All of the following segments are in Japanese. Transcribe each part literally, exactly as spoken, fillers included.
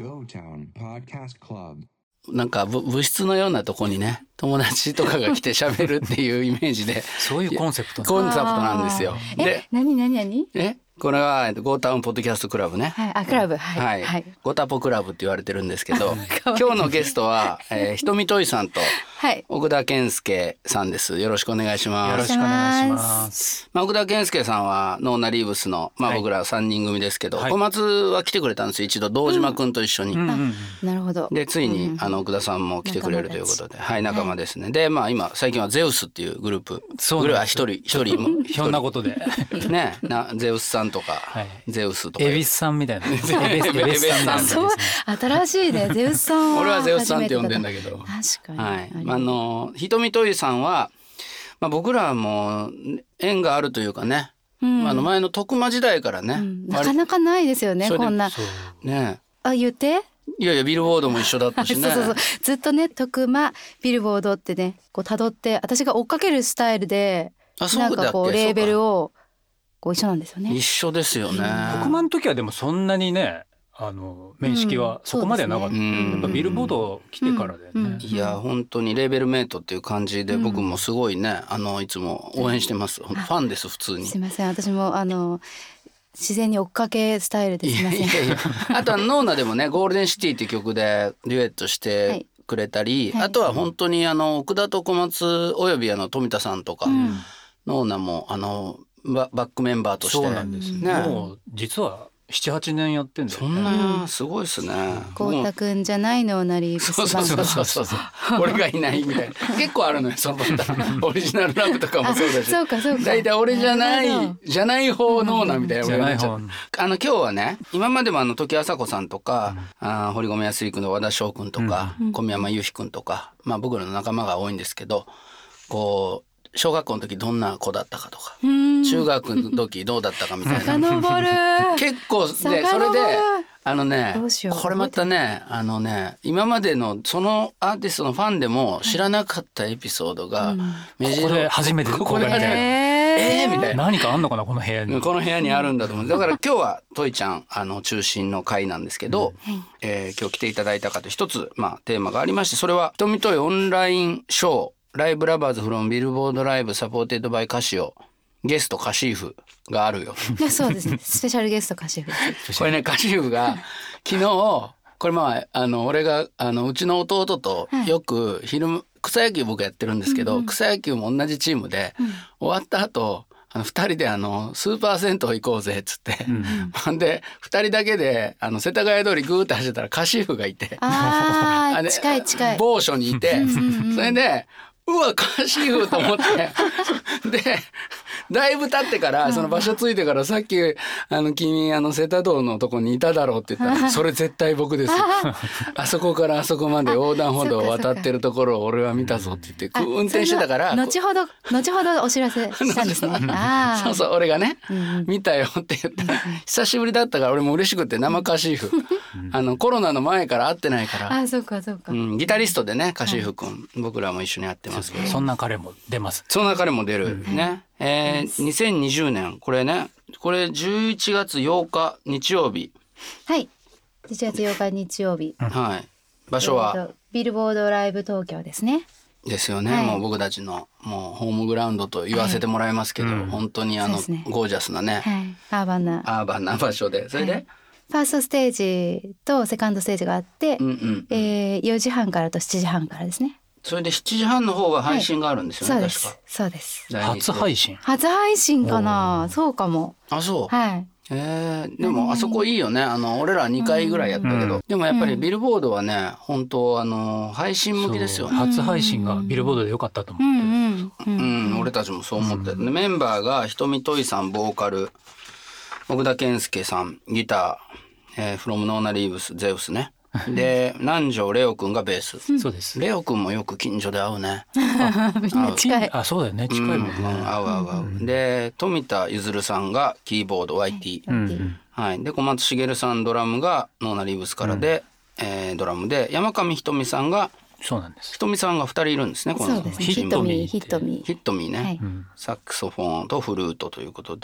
Go Town Podcast Club。 なんか部室のようなとこにね友達とかが来て喋るっていうイメージでそういうコンセプトコンセプトなんですよ。 えで、 何何何えこれはゴータウンポッドキャストクラブね、 はい、あクラブはい、 はいはい、 ゴタポクラブって言われてるんですけどかわいい今日のゲストは、えー、ひとみといさんとはい奥田健介さんです。よろしくお願いします。 よろしくお願いします。 まあ、奥田健介さんはノーナリーブスの、まあ、 はい僕らさんにん組ですけど、 はい小松は来てくれたんですよ一度堂島くんと一緒に、 うんうんなるほど。 でついに、 うんあの奥田さんも来てくれるということで、はい仲間ですね、 はでまあ今最近はゼウスっていうグループそうグルーなんですプは一人一人もひょんなことでねなゼウスさんとか、 はいゼウスとかエビスさんみたいなエビスエビスさんみたいそうな新しいねゼウスさんは俺はゼウスさんって呼んでんだけど確かに、 はいありあのひとみといさんは、まあ、僕らも縁があるというかね、 うんあの前の徳間時代からね、 うんなかなかないですよねそれでこんなそうねあ言っていやいやビルボードも一緒だったしねそうそうそうずっとね徳間ビルボードってねこう辿って私が追っかけるスタイルであそうだっけなんかこうレーベルをこう一緒なんですよね一緒ですよね。 特番の時はでもそんなにねあの面識はそこまではなかった、 うんそうですねやっぱビルボード来てからだよね、 うんうんいや本当にレーベルメイトっていう感じで、僕もすごいねあのいつも応援してます。ファンです普通に。 すいません私もあの自然に追っかけスタイルですいませんいやいやいやあとはノーナでもねゴールデンシティっていう曲でデュエットしてくれたり、 はいはいあとは本当にあの奥田と小松およびあの富田さんとか、 うんノーナもあのババックメンバーとしてそうなんです、 ねもう実はななはちねんやってんだよそんなすごいですね。 こうたくんじゃないのなりブスそうそうバンドそうそうそう俺がいないみたいな結構あるのよそのパターンオリジナルラブとかもそうだしそうかそうかだいたい俺じゃないなるほどじゃない方のなみたいなじゃない方俺が言っちゃうあの今日はね今までもあの時あさこさんとか、うん、あ堀米康之の和田翔くんとか、うん、小宮山雄飛くんとか、まあ、僕らの仲間が多いんですけどこう小学校の時どんな子だったかとか中学の時どうだったかみたいな遡る結構でそれであのねこれまたねあのね今までのそのアーティストのファンでも知らなかったエピソードが目白ここで初めてここで初めてええーみたいな何かあんのかなこの部屋にこの部屋にあるんだと思うだから今日はトイちゃんあの中心の回なんですけど、うんえー、今日来ていただいた方一つ、まあ、テーマがありましてそれはひとみといオンラインショーライブラバーズフロムビルボードライブサポーテッドバイカシオゲストカシーフがあるよいやそうですねスペシャルゲストカシーフこれねカシーフが昨日これまああの俺があのうちの弟とよく昼草野球僕やってるんですけど、うんうん、草野球も同じチームで、うん、終わった後あのふたりであのスーパー銭湯行こうぜっつって、うん、でふたりだけであの世田谷通りグーッて走ってたらカシーフがいてああ近い近い某所にいてそれでうわカシーフと思ってでだいぶ経ってからその場所ついてからさっきあの君あの瀬田道のとこにいただろうって言ったらそれ絶対僕ですあそこからあそこまで横断歩道を渡ってるところを俺は見たぞって言って運転してたから後ほど後ほどお知らせしたんですねあそうそう俺がね、 うん、 見たよって言ったら久しぶりだったから俺も嬉しくて生カシーフあのコロナの前から会ってないからあそうかそうか、 うん、ギタリストでねカシーフ君、はい、僕らも一緒にやってますけどそんな彼も出ますそんな彼も出るね、うんえー、にせんにじゅうねんこれねこれじゅういちがつようか日曜日はいじゅういちがつようか日曜日、 うん、はい場所はビルボードライブ東京ですねですよね、はい、もう僕たちのもうホームグラウンドと言わせてもらいますけど、はい、本当にあの、ね、ゴージャスなね、 はい、アーバンなアーバンな場所でそれで、はい、 ファーストステージとセカンドステージがあって、うんうんうんえー、よじはんからとしちじはんからですねそれでしちじはんの方は配信があるんですよね、 はい、 確かそうですそうです初配信初配信かなそうかもあそうはいえー、でもあそこいいよねあの俺らにかいぐらいやったけど、うん、でもやっぱりビルボードはね本当あの配信向きですよね初配信がビルボードで良かったと思って、 うんうんうんうん、俺たちもそう思って、うん、メンバーがひとみといさんボーカル奥田健介さんギター、えー、フロムノーナリーブスゼウスねで南條レオくんがベース、 うん、そうですレオくんもよく近所で会うねみんな近いあそうだよね近いもんね、 うん、合う合う合う、うん、で富田ゆずるさんがキーボード ワイティー、うんはい、で小松茂さんドラムがノーナリーブスからで、うんえー、ドラムで山上ひとみさんがそうなんですひとみさんがふたりいるんですねこのそうですねヒットミーヒットミーヒットミーね、 はい、 サックスフォンとフルートということで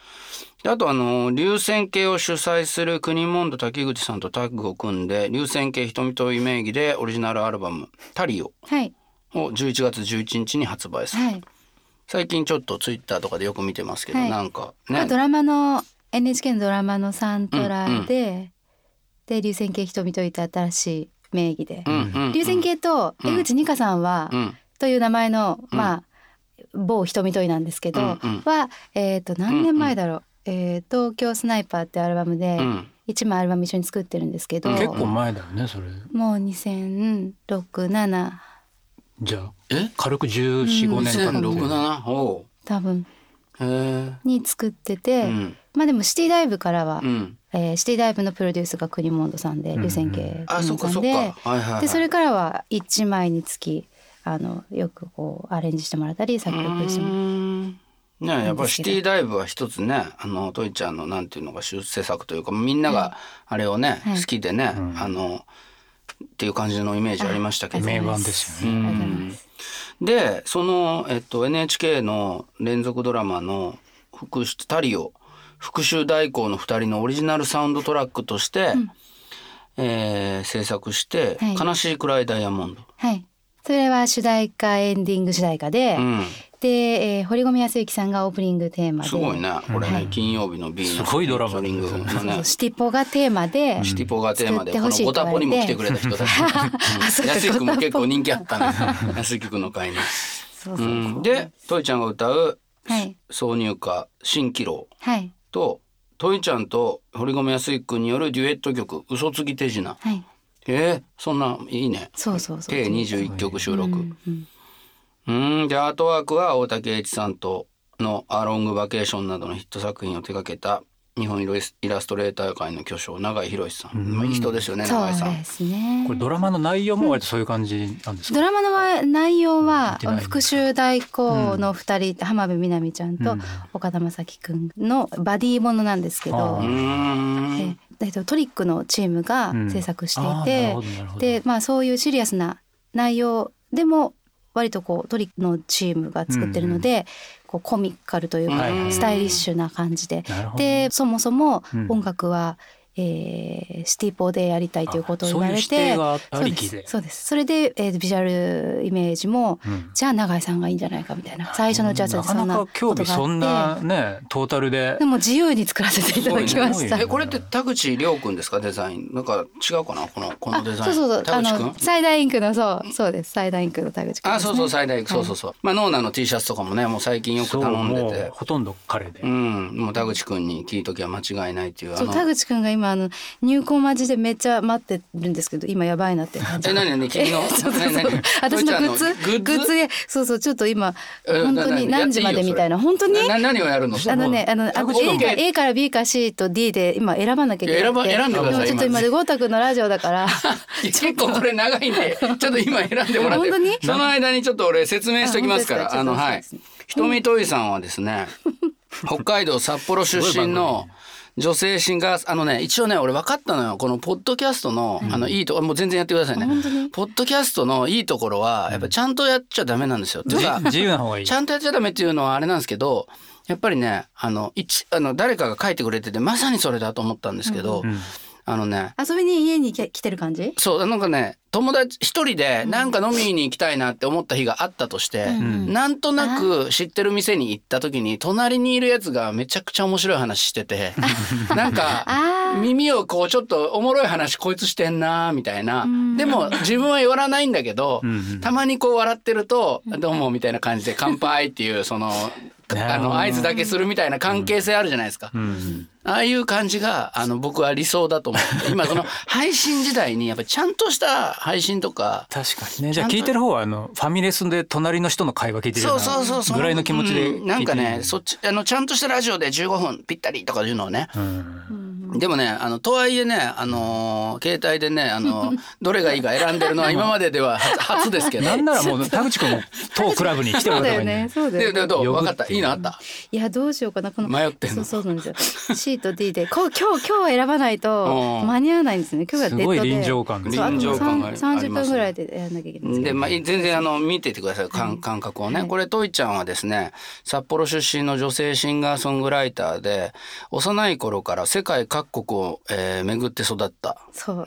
であとあの流線形を主催する国モンド滝口さんとタッグを組んで流線形瞳という名義でオリジナルアルバム「タリオ」をじゅういちがつじゅういちにちに発売する、はい、最近ちょっとツイッターとかでよく見てますけど、はい、なんかねドラマの エヌエイチケー のドラマのサントラで、うんうん、で流線形瞳といった新しい名義で、うんうんうん、流線形と江口二香さんは、うん、という名前の、うん、まあ某瞳といなんですけど、うんうん、はえっ、ー、と何年前だろう、うんうんえー、東京スナイパーってアルバムでいちまいアルバム一緒に作ってるんですけど、うん、 結構前だよねそれ。 もうにせんろく、ななじゃあえ軽くじゅうよん、ごねんかな、うん、にせんろく、ななお多分へに作ってて、うん、まあでもシティダイブからは、うんえー、シティダイブのプロデュースが国モンドさんで流線形さんで、でそれからはいちまいにつきあのよくこうアレンジしてもらったり作曲してもらったりね、やっぱシティダイブは一つねあのトイちゃんのなんていうのが出世作というかみんながあれをね、はい、好きでね、はい、あのっていう感じのイメージありましたけど名盤ですよね。 うんでその、えっと、エヌエイチケー の連続ドラマの復習タリオ復讐代行のふたりのオリジナルサウンドトラックとして、うんえー、制作して、はい、悲しいくらいダイヤモンド、 はい、それは主題歌エンディング主題歌で、うんで、えー、堀米康之さんがオープニングテーマですごいねこれね、はい、金曜日の B のすごいドラマリング、 ね、シティポがテーマで、 うん、シティポがテーマでこのゴタポにも来てくれた人たち、うん、安井くんも結構人気あったね安井くんの会にそうそうそう、うん、でトイちゃんが歌う、はい、挿入歌蜃気楼と、はい、トイちゃんと堀米康之くんによるデュエット曲嘘つき手品、はい、えー、そんないいねそうそうそう計にじゅういっきょく収録、うんうんうんでアートワークは大竹栄一さんとのアロングバケーションなどのヒット作品を手掛けた日本イラストレーター界の巨匠永井博さん、うん、いい人ですよね永井さん。そうですね。 これドラマの内容も割とそういう感じなんですか。 ドラマの内容は復讐代行のふたり、うん、浜辺美波ちゃんと岡田将生くんのバディものなんですけど、うん、えトリックのチームが制作していて、うん、で、まあ、そういうシリアスな内容でも割とこうトリックのチームが作ってるので、うん、こうコミカルというかスタイリッシュな感じで、でそもそも音楽は、うんえー、シティポでやりたいということを言われて、 そういう指定がありきで、 そうです。それで、えー、ビジュアルイメージも、うん、じゃあ永井さんがいいんじゃないかみたいな最初の打ち合わせでそんなことがあって、 なかなか興味そんなねトータルででも自由に作らせていただきました。 えこれって田口亮君ですかデザインなんか違うかなこのこのデザイン。 そうそうそう田口君あのサイダーインクのそうそうですサイダーインクの田口君です、ね、 あそうそうサイダーインク、はい、そうそうそうまあノーナの T シャツとかもねもう最近よく頼んでてほとんど彼で、 うん、もう田口君に聞いときは間違いないっていう。 そう田口君が今あの入校待ちでめっちゃ待ってるんですけど今やばいなって感じ。 え何何君のそうそうそう私のグッズグッズでそうそうちょっと今本当に何時までみたいな本当にな何をやるの。 あのねあの A か A から B か C と D で今選ばなきゃいけないって。 選んでください。 ちょっと今でゴータ君のラジオだから結構これ長いんでちょっと今選んでもらって本当にその間にちょっと俺説明しておきますから。あのはい瞳といさんはですね北海道札幌出身の女性シンガーあのね一応ね俺分かったのよこのポッドキャストの、うん、あのいいところもう全然やってくださいね。ポッドキャストのいいところはやっぱちゃんとやっちゃダメなんですよ、うん、っていうか自由な方がいい。 ちゃんとやっちゃダメっていうのはあれなんですけどやっぱりねあの一あの誰かが書いてくれててまさにそれだと思ったんですけど、うんうんあのね、 遊びに家に来てる感じ。 そうなんかね友達一人でなんか飲みに行きたいなって思った日があったとして、うん、なんとなく知ってる店に行った時に隣にいるやつがめちゃくちゃ面白い話しててなんか耳をこうちょっとおもろい話こいつしてんなみたいな、うん、でも自分は言わないんだけど、うん、たまにこう笑ってるとどうもみたいな感じで乾杯っていうそのあの合図だけするみたいな関係性あるじゃないですか、うんうん、ああいう感じがあの僕は理想だと思って今この配信時代にやっぱりちゃんとした配信とか確かにねじゃあ聞いてる方はあのファミレスで隣の人の会話聞いてるようなぐらいの気持ちで聞いてる、 うん、なんかねそっちあのちゃんとしたラジオでじゅうごふんぴったりとかいうのをね、うん、 でもねあのとはいえねあの携帯でねあのどれがいいか選んでるのは今まででは初ですけどなんならもう田口くんも当クラブに来てもらった方がいいね。 そうだよね。そうだよね。 ででどう分かったいいのあった。 いやどうしようかなこの迷ってんの。 そうそうなんですよ。C と D でこう今日今日選ばないと間に合わないんですね。今日はデッドで。 すごい臨場感そう臨場感がありますさんじゅっぷんぐらいでやらなきゃいけないんですけど。 でまあ全然あの見ていてください感感覚をね、はい、これトイちゃんはですね札幌出身の女性シンガーソングライターで幼い頃から世界各国を、えー、巡って育った。 そう、 うん、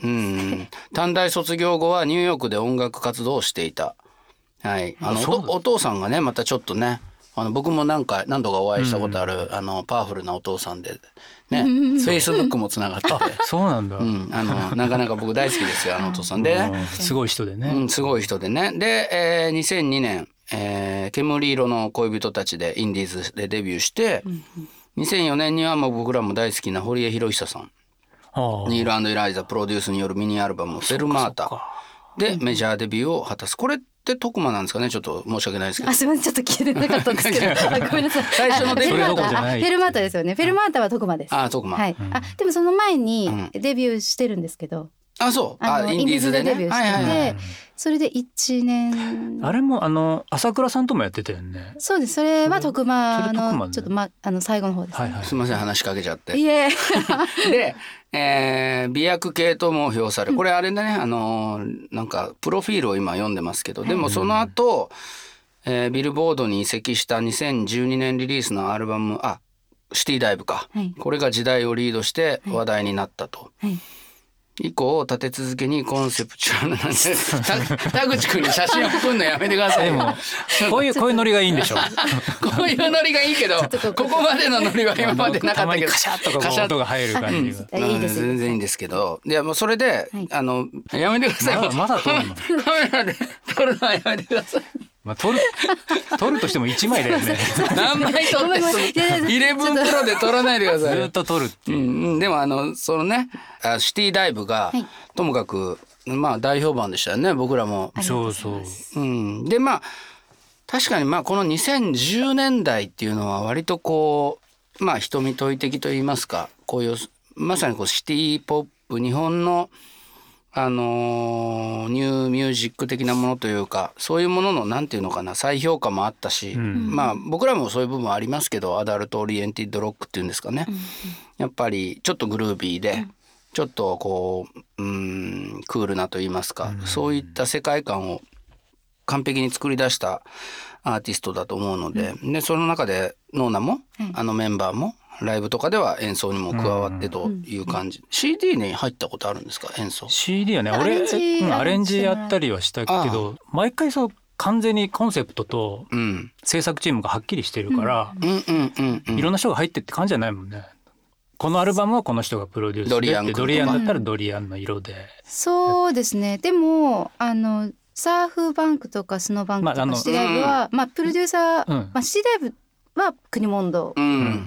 短大卒業後はニューヨークで音楽活動をしていた。はい、あの お, お父さんがねまたちょっとねあの僕も何回何度かお会いしたことある、うん、あのパワフルなお父さんでね、フェイスブックもつながっててそうなんだ、 うん、あのなかなか僕大好きですよあのお父さんで、 うん、すごい人でね、 うん、すごい人でねで、えー、にせんにねん、えー、煙色の恋人たちでインディーズでデビューして、うん、にせんよねんにはもう僕らも大好きな堀江博久さんニール&エライザプロデュースによるミニアルバム「フェルマータ」でメジャーデビューを果たす。これって徳間なんですかね。ちょっと申し訳ないですけど。 あすみませんちょっと聞いてなかったんですけどごめんなさい。 最初のデビューフェルマータですよね。フェルマータは徳間です。 あ徳間、 はい、うん、あでもその前にデビューしてるんですけど、 うん、あそうああインディーズでデビューしてて、はいはいはい、それでいちねんあれもあの朝倉さんともやってたよね。 そうですそれは徳間のちょっと、ま、あの最後の方です、ね、はいはい、 すみません話しかけちゃって。 いえで、えー、美薬系とも評されこれあれねあのなんかプロフィールを今読んでますけど、でもその後、えー、ビルボードに移籍したにせんじゅうにねんリリースのアルバムあシティダイブか、はい、これが時代をリードして話題になったと、はいはい以降立て続けにコンセプチュアルなんで田口くんに写真を送るのやめてください。 でもこういうこういうノリがいいんでしょこういうノリがいいけどここまでのノリは今までなかったけどカシャッとか音が入る感じが、 うん、いいです全然いいんですけどいやもうそれで、はい、あのやめてください。 まだまだ撮るのカメラで撮るのはやめてください。 まあ、撮る撮るとしてもいちまいだよね何枚撮ってじゅういちプロで撮らないでください。 ずっと撮るっていう、 うん、でもあのそのねシティダイブが、はい、ともかくまあ大評判でしたよね僕らも。 そうそう、 うん、でまあ確かにまあこのにせんじゅうねんだいっていうのは割とこうまあ瞳問い的といいますかこういうまさにこうシティポップ日本のあのー、ニューミュージック的なものというかそういうもののなんていうのかな再評価もあったし、うん、まあ僕らもそういう部分ありますけどアダルトオリエンティッドロックっていうんですかね、うん、やっぱりちょっとグルービーで、うん、ちょっとこう、うーんクールなといいますか、うん、そういった世界観を完璧に作り出したアーティストだと思うので、うん、でその中でノーナも、うん、あのメンバーもライブとかでは演奏にも加わってという感じ、うん、シーディー に入ったことあるんですか演奏シーディー はね俺アレンジ、うん、アレンジやったりはしたけど毎回そう完全にコンセプトと制作チームがはっきりしてるから、うん、いろんな人が入ってって感じじゃないもんね。このアルバムはこの人がプロデュースでドリ, ドリアンだったらドリアンの色で、うん、 そうですね。でもあのサーフバンクとかスノーバンクとかシティダイブは、まあ、プロデューサー、うんまあ、シティダイブは国モンド、うん、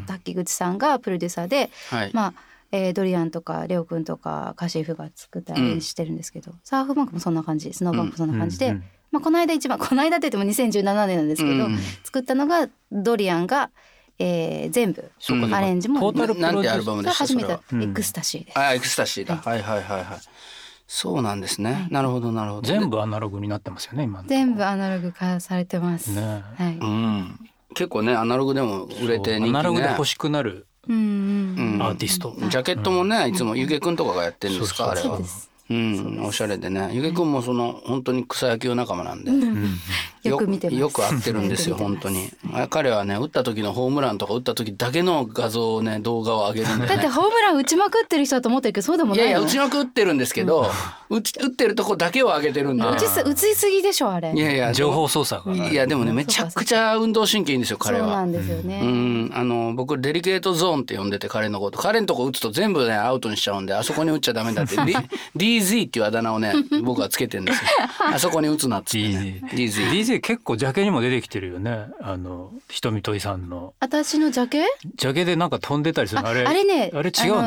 滝口さんがプロデューサーで、はいまあえー、ドリアンとかレオくんとかカシフが作ったりしてるんですけど、うん、サーフバンクもそんな感じスノーバンクもそんな感じで、うんうんまあ、この間一番この間って言ってもにせんじゅうななねんなんですけど、うん、作ったのがドリアンが、えー、全部、うん、アレンジもトータルプロデュースが初めてエクスタシーです、 うん、あエクスタシーだ、はい、はいはいはいはいそうなんですね、はい、なるほどなるほど。 全部アナログになってますよね今の。 全部アナログ化されてます、ねはいうん、結構ねアナログでも売れて人気ね。 アナログで欲しくなるアーティスト、 うん、ジャケットもねいつもゆげくんとかがやってるんですか、うん、あれは。 そうですうん、おしゃれでねゆげくんもその本当に草野球仲間なんで、うん、 よく見てます。 よく合ってるんですよ本当に。彼はね打った時のホームランとか打った時だけの画像をね動画を上げるんで、ね、 だってホームラン打ちまくってる人だと思ってるけどそうでもないの。 いやいや打ちまくってるんですけど、うん、打, 打ってるとこだけを上げてるんで。 打ちす打ちすぎでしょあれ。 いやいや情報操作が、 いやでもねめちゃくちゃ運動神経いいんですよ彼は。 そうなんですよね。 うんあの僕デリケートゾーンって呼んでて彼のこと彼のとこ打つと全部ねアウトにしちゃうんであそこに打っちゃダメだって ディーゼット っていうあだ名をね僕はつけてるんですよあそこに打つなっつってね ディーゼットディーゼット 結構ジャケにも出てきてるよね。あの瞳といさんの私のジャケジャケでなんか飛んでたりするの あ, あれあれねあれ違うの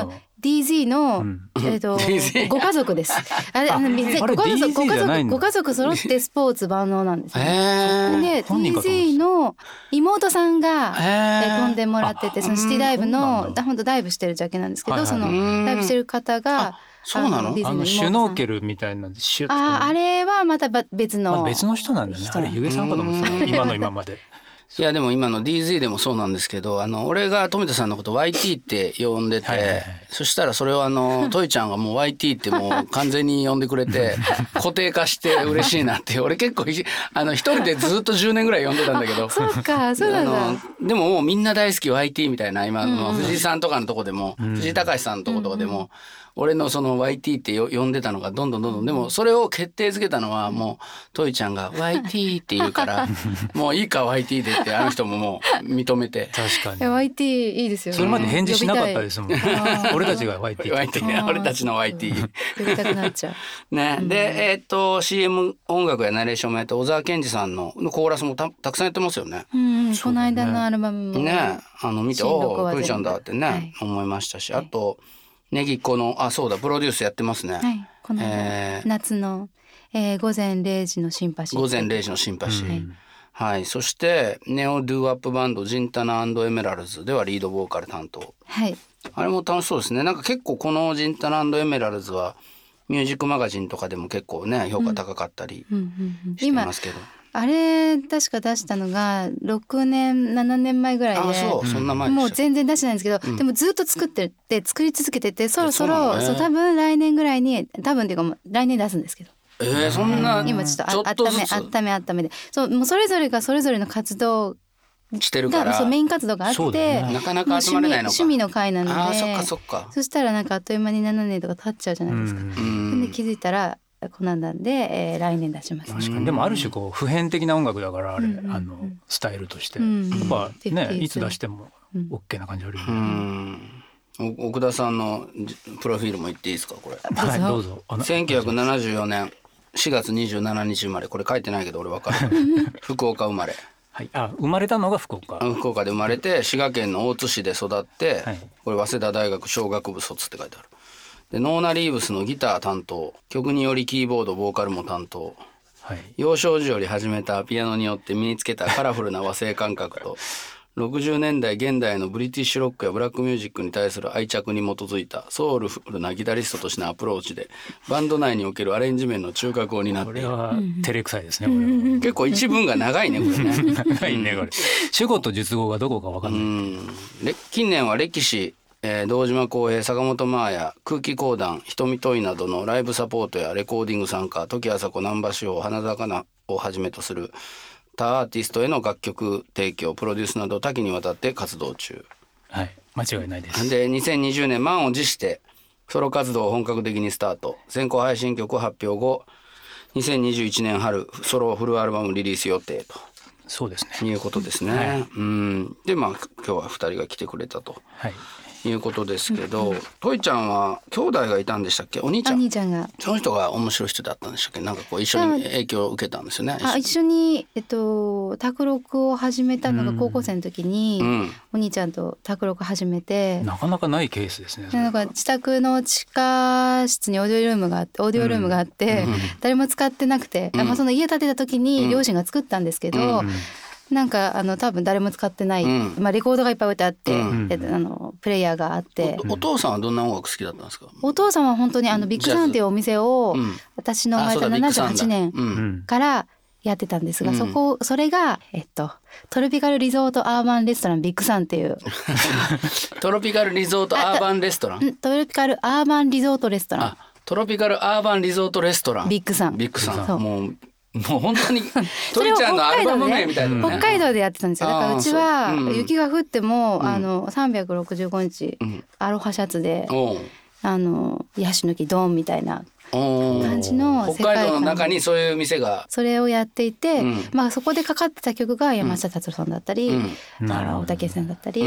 ディージー の、うん、えー、とご家族です。あれあのご家族ご家族ご家族揃ってスポーツ万能なんですね。で ディージー の妹さんが、えー、飛んでもらってて、そのシティダイブの本当ダイブしてるだけなんですけど、はいはい、そのダイブしてる方がそうなの？ あのシュノーケルみたいなシュッとああれはまた別の、 まあ、別の人なんだね。あれゆげさんかと思ってた今の今まで。 いやでも今の ディージー でもそうなんですけど、あの俺が富田さんのこと ワイティー って呼んでて、はいはいはい、そしたらそれをあのトイちゃんがもう ワイティー ってもう完全に呼んでくれて固定化して嬉しいなって。俺結構あの一人でずっとじゅうねんぐらい呼んでたんだけどそうかそうなんだ。 でももうみんな大好き ワイティー みたいな今の藤井さんとかのとこでも、うん、藤井隆さんのとことかでも、うんうん、俺のその ワイティー って呼んでたのがどんどんどんどん、でもそれを決定づけたのはもうトイちゃんが ワイティー って言うからもういいか ワイティー でってあの人ももう認めて。 確かにワイティー いいですよね。 それまで返事しなかったですもん俺たちが ワイティーワイティー 俺たちの ワイティー呼びたくなっちゃうね、うん、でえー、っと シーエム 音楽やナレーションもやって小沢健二さんのコーラスも た, たくさんやってますよね。 うん、ね、この間のアルバムもねあの見ておおトイちゃんだってね、はい、思いましたし、あとネギっ子のあそうだプロデュースやってますね、 はい、この、えー、夏の、えー、午前れいじのシンパシー、 午前れいじのシンパシー、うんはい、そしてネオドゥアップバンドジンタナ&エメラルズではリードボーカル担当、 はい、 あれも楽しそうですね。なんか結構このジンタナ&エメラルズはミュージックマガジンとかでも結構ね評価高かったりしてますけど、うんうんうん、 今あれ確か出したのがろくねんななねんまえぐらいで、 あそうそんな前もう全然出してないんですけど、うん、でもずっと作ってて作り続けてて、そろそろそう多分来年ぐらいに多分っていうかもう来年出すんですけど、 えー、そんな今ちょっとあっためあっためあっためで、そうもうそれぞれがそれぞれの活動してるからそうメイン活動があって、 ね、なかなか集まれないのか、 趣味の会なので、 あそっかそっか、 そしたらなんかあっという間にななねんとか経っちゃうじゃないですか。うんで気づいたらこんなんなんで、えー、来年出します。 確かにでもある種こう普遍的な音楽だからあれ、うんうんうん、あのスタイルとして、うん、やっぱねいつ出しても OK な感じあるよね。 うん、奥田さんのプロフィールも言っていいですかこれ。 はいどうぞ。 せんきゅうひゃくななじゅうよねんしがつにじゅうしちにち生まれ、これ書いてないけど俺分かる福岡生まれ、 はい、あ生まれたのが福岡福岡で生まれて滋賀県の大津市で育って、はい、これ早稲田大学商学部卒って書いてある。でノーナ・リーブスのギター担当、曲によりキーボードボーカルも担当、はい、幼少時より始めたピアノによって身につけたカラフルな和製感覚とろくじゅうねんだい現代のブリティッシュロックやブラックミュージックに対する愛着に基づいたソウルフルなギタリストとしてのアプローチでバンド内におけるアレンジ面の中核を担っている。 これは照れくさいですね、これは結構一文が長いねこれね長いねこれ主語と述語がどこか分かんない。 うん近年は歴史、えー、堂島康平、坂本真綾、空気講談、瞳問いなどのライブサポートやレコーディング参加、時あさこ、難波志保、花坂なをはじめとする他アーティストへの楽曲提供、プロデュースなど多岐にわたって活動中。 はい、間違いないです。 でにせんにじゅうねん満を持してソロ活動を本格的にスタート。先行配信曲発表後にせんにじゅういちねん春ソロフルアルバムリリース予定と。 そうですね。 いうことですね。はい、うんでまあ今日はふたりが来てくれたと。はいいうことですけど、うん、トイちゃんは兄弟がいたんでしたっけ？お兄ちゃん。 お兄ちゃんが。 その人が面白い人だったんでしたっけ？なんかこう一緒に影響を受けたんですよね。 あ一緒にえっと卓録を始めたのが高校生の時に、うん、お兄ちゃんと卓録始めて。 なかなかないケースですね。 なんか自宅の地下室にオーディオルームがあってオーディオルームがあって、うん、誰も使ってなくて、うん、まあその家建てた時に両親が作ったんですけど。うんうんなんかあの多分誰も使ってない、うんまあ、レコードがいっぱい置いてあって、うん、であのプレイヤーがあってお, お父さんはどんな音楽好きだったんですか？ お父さんは本当にあのビッグサンっていうお店を、うん、私の生まれたななじゅうはちねんからやってたんですが、うん、そこそれが、えっと、トロピカルリゾートアーバンレストランビッグサンっていうトロピカルリゾートアーバンレストラントロピカルアーバンリゾートレストラントロピカルアーバンリゾートレストランビッグサンビッグサンもうもう本当にトイちゃんのアルバム名みたいな、ね、 北海道でやってたんですよ。だからうちは雪が降っても、うん、あのさんびゃくろくじゅうごにち、うん、アロハシャツで、うん、あのヤシの木ドンみたいな感じの世界観、 北海道の中にそういう店がそれをやっていて、うん、まあそこでかかってた曲が山下達郎さんだったり、うん、あの大竹さんだったり、うん、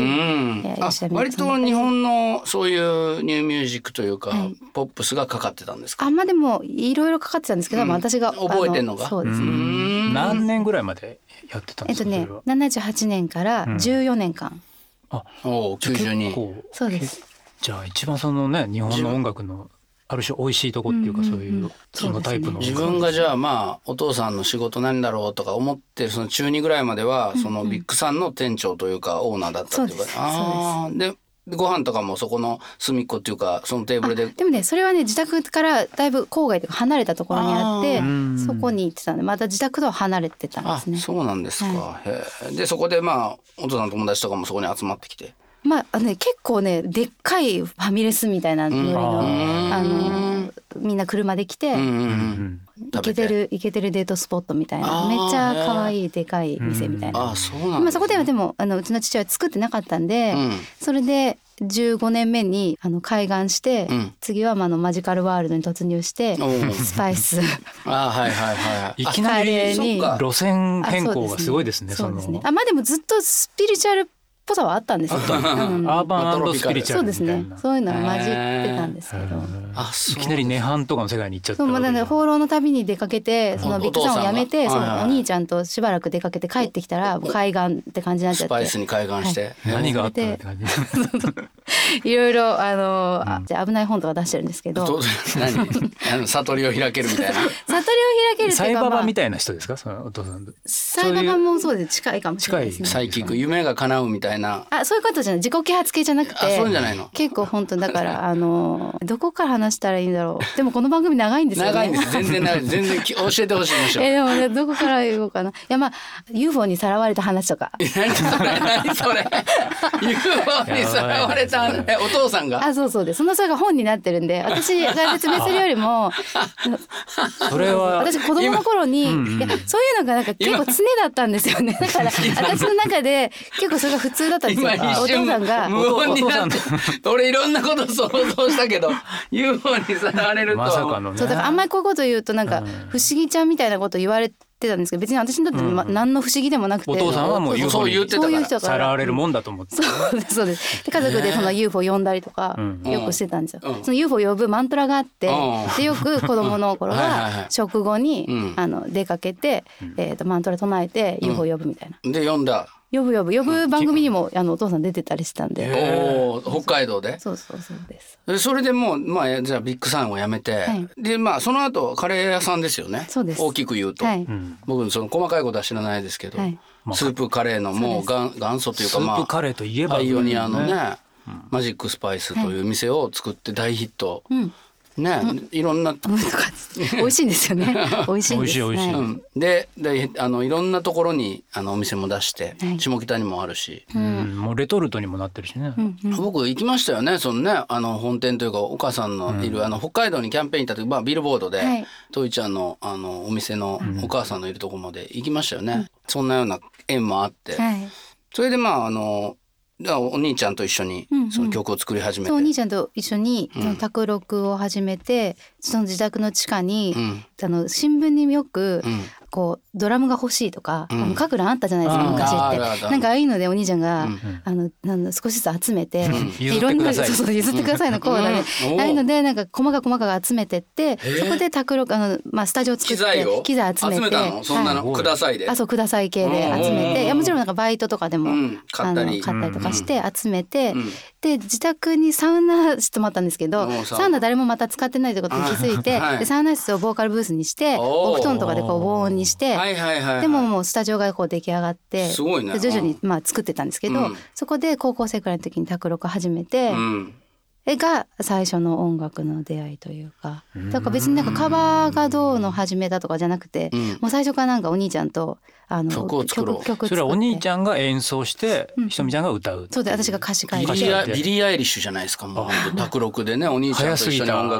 えー、あ割と日本のそういうニューミュージックというか、はい、ポップスがかかってたんですか？ あんまあでもいろいろかかってたんですけど、うん、私が覚えてんのがそうですね。 何年ぐらいまでやってたんですか？ えっとねななじゅうはちねんからじゅうよねんかん、 うん、あおきゅうじゅうにそうです。 じゃあ一番そのね日本の音楽のある種美味しいとこっていうか、そういうそのタイプの、 自分がじゃあまあお父さんの仕事何だろうとか思ってるその中にぐらいまではそのビッグさんの店長というかオーナーだったっていうか、あでご飯とかもそこの隅っこっていうかそのテーブルで。 でもねそれはね自宅からだいぶ郊外とか離れたところにあってそこに行ってたんで、また自宅とは離れてたんですね。 あ、そうなんですか、はい、へでそこでまあお父さんの友達とかもそこに集まってきて、 まあね、結構ねでっかいファミレスみたいなノリの、うん、あのみんな車で来て、うんうん、イケてるイケてるデートスポットみたいなめっちゃ可愛いでかい店みたいな、 あ、そうなんですね。 まあ、そこではでもあのうちの父は作ってなかったんで、うん、それでじゅうごねんめにあの開眼して、うん、次はまああのマジカルワールドに突入してスパイスあ、はいはいはい、 いきなり路線変更がすごいですね。 そうですね。あ、まあでもずっとスピリチュアルっぽさはあったんですよ。うん、 アーバン&スピリチュアルみたいな。そうですね。 そういうのは混じってたんですけど。 あ、いきなり涅槃とかの世界に行っちゃった。 そう、まだね、放浪の旅に出かけて、そのビッグさんを辞めて、そのお兄ちゃんとしばらく出かけて帰ってきたら海岸って感じになっちゃって。 スパイスに海岸して、 はい、何があったのって感じ。 いろいろあの、うん、じゃ危ない本とか出してるんですけど。 何？あの悟りを開けるみたいな。悟りを開けるっていうか、 サイババみたいな人ですか、そのお父さん。 サイババもそうです。近いかもしれないですね。 サイキック、夢が叶うみたいな。 あ、そういうことじゃない。自己啓発系じゃなくて。 あ、そうじゃないの。 結構本当だからあのどこから話したらいいんだろう。でもこの番組長いんですよね。 長いんです。全然長い。全然教えてほしいんでしょ。 えでもね、どこから言おうかな。いや、まあ ユーフォー にさらわれた話とか。 何それ何それ。ユーフォー にさらわれたえお父さんが。 あ、そうそうです。そのそれが本になってるんで、私が説明するよりもそれは私子供の頃に、うんうん、いやそういうのがなんか結構常だったんですよね。だから私の中で結構それが普通だったんですよ。お父さんが無音になって俺いろんなこと想像したけど ユーフォー にさらわれるとまさかのね。 そうだからあんまりこういうこと言うとなんか不思議ちゃんみたいなこと言われてたんですけど、別に私にとってま、うん、何の不思議でもなくて、 お父さんはもう ユーフォー に言ってたからさらわれるもんだと思って、 そうですそうです。で家族でその ユーフォー 呼んだりとかよくしてたんですよ、うん、その ユーフォー 呼ぶマントラがあって、うん、でよく子供の頃は食後にはいはい、はい、あの出かけて、えー、とマントラ唱えて ユーフォー 呼ぶみたいな、 うん、で呼んだ呼ぶ呼ぶ呼ぶ番組にもあのお父さん出てたりしたんで、 お北海道で。 そうそうそうです。 それでもう、まあ、じゃあビッグサンを辞めて、はい、でまあその後カレー屋さんですよね。 そうです。 大きく言うと、はい、僕その細かいことは知らないですけど、はい、スープカレーのもう元元祖というか、まあ、 スープカレーといえばパイオニアのね、うん、マジックスパイスという店を作って大ヒット、うんね、うん、いろんな美味しいんですよね。美味しいんです。 美味しい美味しい、 うん、で, であのいろんなところにあのお店も出して、はい、下北にもあるし、 うん、もうレトルトにもなってるしね、うんうん、僕行きましたよね。そのねあの本店というかお母さんのいる、うん、あの北海道にキャンペーン行った時、まあ、ビルボードで、はい、トイちゃん の, あのお店のお母さんのいるところまで行きましたよね、うん、そんなような縁もあって、はい、それでまああのお兄ちゃんと一緒にその曲を作り始めて、 うんうん、お兄ちゃんと一緒にその卓録を始めて、うん、その自宅の地下に、うん、あの新聞によく、うん、こうドラムが欲しいとか、うん、あの書く欄あったじゃないですか、昔ってなんかああいうのでお兄ちゃんが、うん、あのなんだ少しずつ集めて、うん、いろんなそうそう譲ってくださいのコーナーで、うん、ああいうのでなんか細か細か集めてって、そこで卓録あの、まあ、スタジオ作って機材集めて、 集めたのそんなの、はい、くださいで、 あそうください系で集めて、いやもちろんなんかバイトとかでも、うん、買ったり買ったりとかして集めて、うん、で自宅にサウナ室もあったんですけど、サウナ誰もまた使ってないってことに気づいて、はい、でサウナ室をボーカルブースにしてお布団とかでこう防音にして、はいはいはいはい、でももうスタジオがこう出来上がって、すごいね、徐々にまあ作ってたんですけど、うん、そこで高校生くらいの時に卓録始めて、うん、が最初の音楽の出会いというか、だから別になんかカバーがどうの始めたとかじゃなくて、うん、もう最初からなんかお兄ちゃんとあの曲を作ろう、 曲曲それはお兄ちゃんが演奏して、うん、ひとみちゃんが歌う。 そうで私が歌詞書いて、 ビリー、ビリーアイリッシュじゃないですか。もう卓録でねお兄ちゃんと一緒に音楽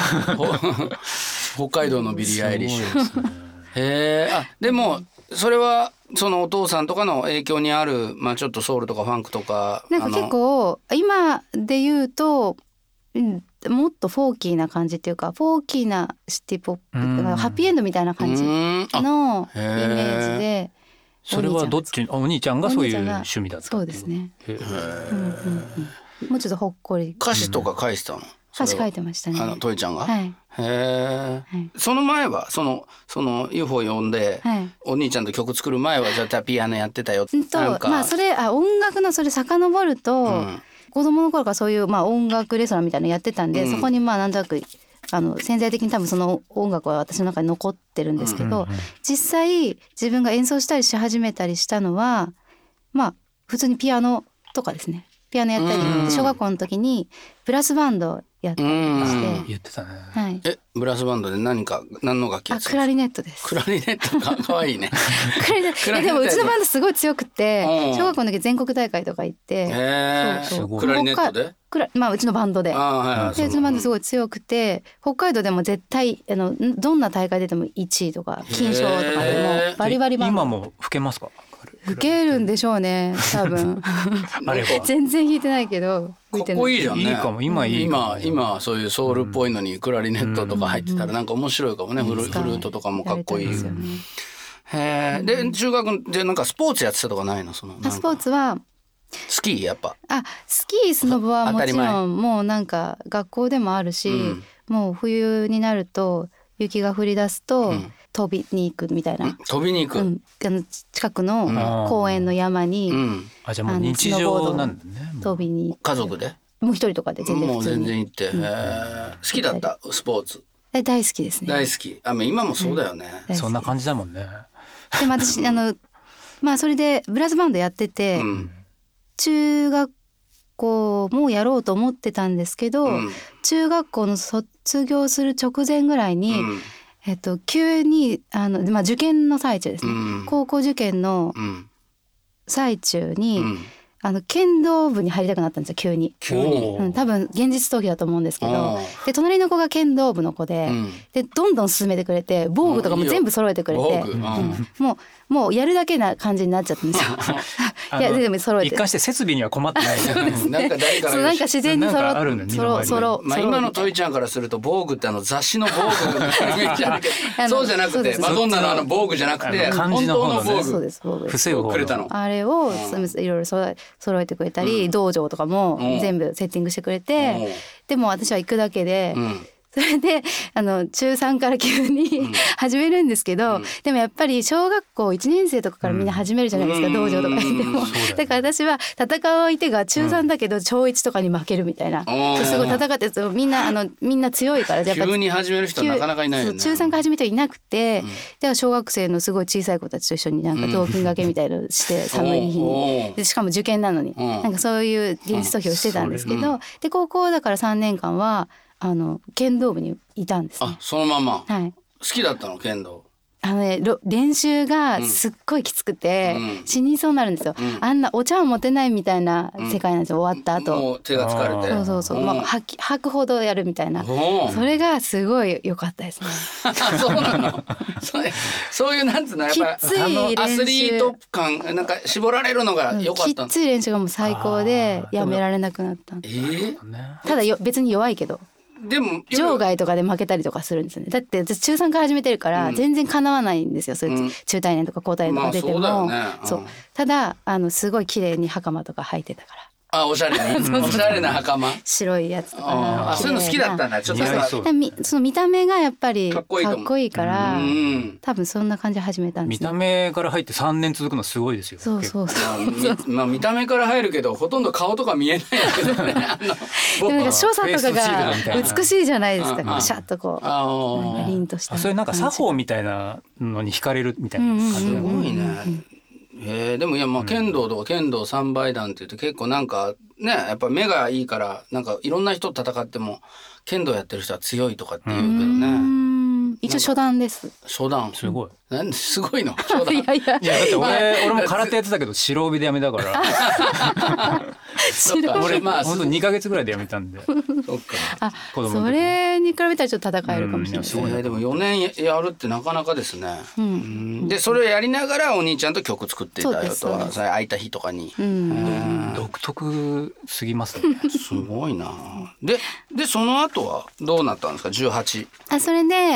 北海道のビリーアイリッシュ、ね、へえ。あでもそれはそのお父さんとかの影響にある、まあ、ちょっとソウルとかファンクとかなんか結構今で言うと、うん、もっとフォーキーな感じっていうかフォーキーなシティポップ、ハッピーエンドみたいな感じのイメージで、 それはどっちお兄ちゃんがそういう趣味だった。 そうですね、へー、うんうんうん、もうちょっとほっこり歌詞とか書いてたの。 歌詞書いてましたね。 あのトイちゃんが、 はい、 へえ、はい、その前はそのその ユーフォー 呼んで、はい、お兄ちゃんと曲作る前はじゃあピアノやってたよって、 うんとまあそれあ音楽のそれ遡ると、うん、 子供の頃からそういうまあ音楽レストランみたいなのやってたんで、うん、そこにまあなんとなくあの潜在的に多分その音楽は私の中に残ってるんですけど、うんうん、実際自分が演奏したりし始めたりしたのはまあ普通にピアノとかですね。ピアノやったり、うん、小学校の時にブラスバンドやったりして言ってたね、 はい、 えブラスバンドで何か何の楽器やってたんですか？ あクラリネットです。 クラリネットかかわいいねクラリネットでもうちのバンドすごい強くて小学校の時全国大会とか行ってへそうそうクラリネットでクラまあうちのバンドで、あ、はいはい、でうちのバンドすごい強くて北海道でも絶対あのどんな大会出てもいちいとか金賞とかでもバリバリバンド。 今も吹けますか？ 吹けるんでしょうね多分あれ全然弾いてないけどかっこいいじゃんね。 いいかも今いいかも。 今今そういうソウルっぽいのにクラリネットとか入ってたらなんか面白いかもね、うん、フル、フルートとかもかっこいい。ね、へえ。で中学でなんかスポーツやってたとかないの？そのスポーツはスキーやっぱあスキースノボはもちろんもうなんか学校でもあるし、うん、もう冬になると雪が降り出すと、うん飛びに行くみたいな。 飛びに行く、うん、 あの近くの公園の山に、うん、 あじゃあもう日常なんだね。 飛びに家族でもう一人とかで全然普通にもう全然行って、うん、好きだったスポーツ。 大好きですね。 大好き。あ今もそうだよね、 うん、そんな感じだもんね。 でも私あのまあそれでブラスバンドやってて、うん、中学校もやろうと思ってたんですけど、うん、中学校の卒業する直前ぐらいに、うんえっと、急にあの、まあ、受験の最中ですね、うん、高校受験の最中に、うん、あの剣道部に入りたくなったんですよ急に。 急に、 うん、多分現実逃避だと思うんですけどで隣の子が剣道部の子で、うん、でどんどん進めてくれて防具とかも全部揃えてくれて、うん、もうもうやるだけな感じになっちゃったんですよいやでも揃えて一貫して設備には困ってないそうですねなんか誰かそうなんか自然に揃って揃揃まあ今のトイちゃんからすると防具ってあの雑誌の防具のイメージあるけどそうじゃなくてマドンナのあの防具じゃなくて漢字の方のねそうです防具防ぐ方くれたのあれをいろいろ揃えてくれたり、うん、道場とかも全部セッティングしてくれて、うん、でも私は行くだけで、うんそれであの中さんから急に始めるんですけど、うん、でもやっぱり小学校いちねん生とかからみんな始めるじゃないですか、うん、道場とか行っても、うん、だから私は戦う相手が中さんだけど小いちとかに負けるみたいな、うん、すごい戦ってみんなあのみんな強いからやっぱ急に始める人はなかなかいないよね。 中さんから始めてはいなくて、うん、では小学生のすごい小さい子たちと一緒になんか雑巾がけみたいなのして寒い日にでしかも受験なのになんかそういう現実逃避をしてたんですけど、で高校だからさんねんかんはあの剣道部にいたんですね。 あそのまま、 はい、 好きだったの剣道。 あのね、練習がすっごいきつくて、うん、死にそうになるんですよ、うん、あんなお茶を持てないみたいな世界なんですよ、うん、終わった後もう手が疲れてそうそうそう、まあ、吐き吐くほどやるみたいなそれがすごい良かったですねそうなのそれそういうなんつうのやっぱきつい練習アスリート感なんか絞られるのが良かった、うん、 きつい練習がもう最高でやめられなくなった、 えー、 ただよ別に弱いけどでも場外とかで負けたりとかするんですよね。だって私中さんから始めてるから全然かなわないんですよ、うん、そういう中大年とか高大年とか出ても、まあそうだよね、うん、そうただあのすごい綺麗に袴とか履いてたからあおしゃれにおしゃれな袴白いやつとかあそういうの好きだったんだ。ちょっとさその見た目がやっぱりかっこいいから多分そんな感じで始めたんです、ね、 見た目から入ってさんねん続くのすごいですよ。 そうそうそうまあ見た目から入るけどほとんど顔とか見えないけどねでもなんか所作とかが美しいじゃないですかシャッとこうなんか凛としたそれなんか作法みたいなのに惹かれるみたいな感じ、 すごいね。えー、でもいやまあ剣道とか剣道三倍段って言って結構なんかねやっぱ目がいいからなんかいろんな人と戦っても剣道やってる人は強いとかって言うけどね。 一応初段です。 初段すごい。 なんすごいの初段。 いやいや。 いやだって俺俺も空手やってたけど白帯でやめたから。 白俺まあ本当にかげつぐらいでやめたんで。そっか。あそれに比べたらちょっと戦えるかもしれない。 うん、でもよねんやるってなかなかですね。うん、でそれをやりながらお兄ちゃんと曲作っていたよとは空いた日とかに。うん、 独特すぎますね。 すごいな。ででその後はどうなったんですかじゅうはち。 あそれで。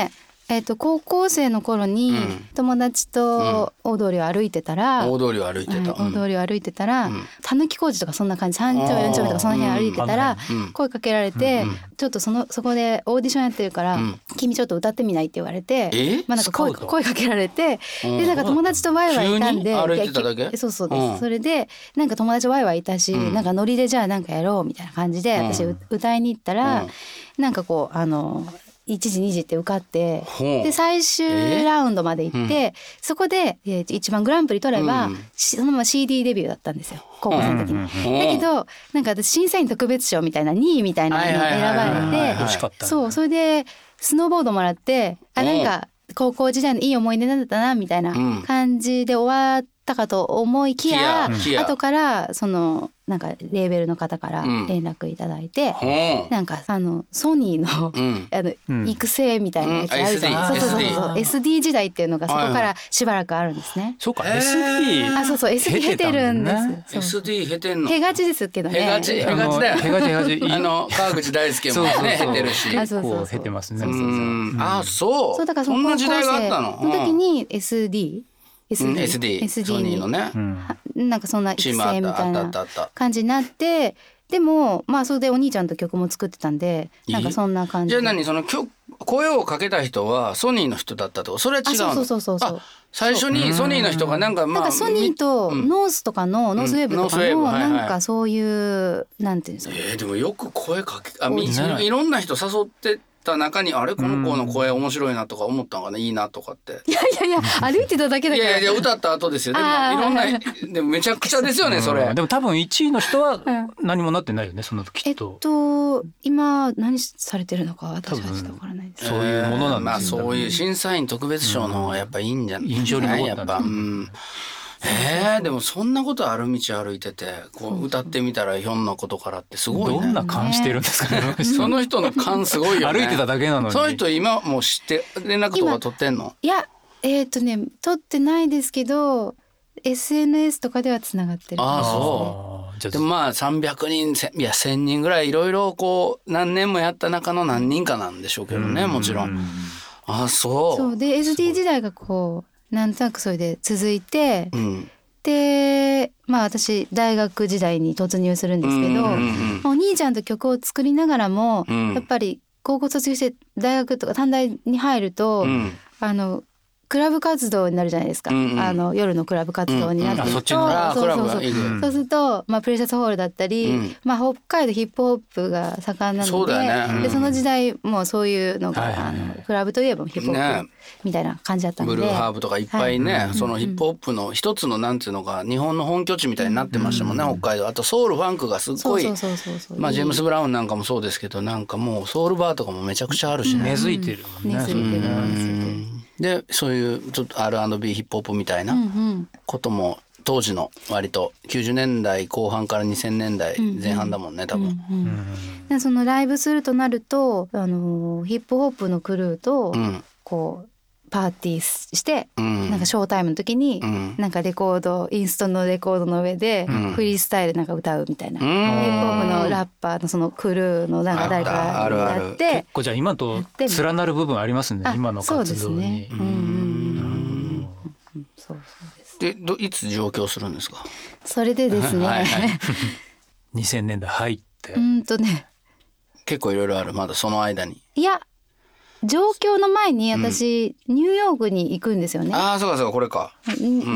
えー、と高校生の頃に友達と大通りを歩いてたら、 うん、大通りを歩いてた、 うん、大通りを歩いてたらたぬき工事とかそんな感じさんちょうよんちょうめとかその辺歩いてたら声かけられて、うん、ちょっとそのそこでオーディションやってるから、うん、君ちょっと歌ってみないって言われて、まあ、なんか 声, 声かけられて、でなんか友達とワイワイいたんで、 歩いてただけ？ そうそうです、 うん、 それでなんか友達ワイワイいたし、うん、なんかノリでじゃあなんかやろうみたいな感じで私、うん、歌いに行ったら、うん、なんかこうあのいちじにじって受かって、で最終ラウンドまで行って、えー、そこで、えー、一番グランプリ取れば、うん、そのまま シーディー デビューだったんですよ高校生の時に、うん、だけどなんか私審査員特別賞みたいなにいみたいなのに選ばれて、そうそれでスノーボードもらって、あなんか高校時代のいい思い出なんだったなみたいな感じで終わったかと思いきや、うん、後からそのなんかレーベルの方から連絡いただいて、うん、なんかあのソニーの、うん、あの、うん、育成みたいなやつあるじゃん、うん、そうそうそうそう エスディー 時代っていうのがそこからしばらくあるんですね、はいはい、 そうか エスディーあそうそう エスディー 経てるんです、ね、 エスディー 経てんのへがちですけどね、 へがちへがちだよへがちへがちあの川口大輔もね経てるし、 結構経てますね。そうそうそう、 うん、あそうそうだからそんな時代があったのその時に エスディーエスディー、 エスディー、エスディー ソニーのね、 うん、なんかそんな育成みたいな感じになって、でもまあそれでお兄ちゃんと曲も作ってたんで、なんかそんな感じで。 じゃあ何その曲声をかけた人はソニーの人だったと？それは違うの？ あそうそうそうそう。 最初にソニーの人がなんかまあなんかソニーとノースとかの、うん、ノースウェーブとかのなんかそういうなんていうんですか、 えー、でもよく声かけあみいろんな人誘ってた中にあれこの子の声面白いなとか思ったのかないいなとかって。 いやいやいや歩いてただけだから。 いやいや歌った後ですよ。でもいろんなでもめちゃくちゃですよねそれ、 うん、でも多分いちいの人は何もなってないよねその時きっと。 えっと今何されてるのか私はちょっとわからないです。 そういうものなんですよ、えー、 まあそういう審査員特別賞の方がやっぱいいんじゃない、うん、印象に残ったんです、やっぱ、うんえー、でもそんなことある道歩いててこう歌ってみたらひょんなことからってすごいね。 どんな感してるんですかねその人の感すごいよね。 歩いてただけなのに。 その人今もう知って連絡とか取ってんの？ いやえー、っとね取ってないですけど エスエヌエス とかではつながってる。 ああそうでもまあさんびゃくにんいやせんにんぐらいいろいろこう何年もやった中の何人かなんでしょうけどねもちろん。ああそうそうで エスディー 時代がこうなんとなくそれで続いて、うん、でまあ私大学時代に突入するんですけど、うんうんうん、お兄ちゃんと曲を作りながらも、うん、やっぱり高校卒業して大学とか短大に入ると、うん、あのクラブ活動になるじゃないですか、うんうん、あの夜のクラブ活動になってると、うんうん、そうそうすると、まあ、プレシャスホールだったり、うんまあ、北海道ヒップホップが盛んなので そ, うだよね、うん、でその時代もうそういうのが、はいはい、あのクラブといえばヒップホップ、ね、みたいな感じだったのでブルーハーブとかいっぱいね、はい、そのヒップホップの一つのなんていうのか日本の本拠地みたいになってましたもんね、うん、北海道。あとソウルファンクがすっごいまあジェームス・ブラウンなんかもそうですけどなんかもうソウルバーとかもめちゃくちゃあるしね、 根付いてるもんね。 根付いてる根付いてるでそういうちょっと アールアンドビー ヒップホップみたいなことも当時の割ときゅうじゅうねんだいこう半からにせんねんだいぜん半だもんね多分、うんうん、 でそのライブするとなるとあのヒップホップのクルーとこうパーティーして、うん、なんかショータイムの時に、うん、なんかレコードインストのレコードの上でフリースタイルなんか歌うみたいな、うん、ヒップホップのラッパーのそのクルーのなんか誰かがやって結構じゃあ今と連なる部分ありますね今の活動に。そうですね。うんうんそうそうです。 でどいつ上京するんですか？ それでですねはい、はい、 にせんねんだい入ってうんとね結構いろいろあるまだその間に。 いや上京の前に私、うん、ニューヨークに行くんですよね。 ああそうかそうかこれか。 二十、うん、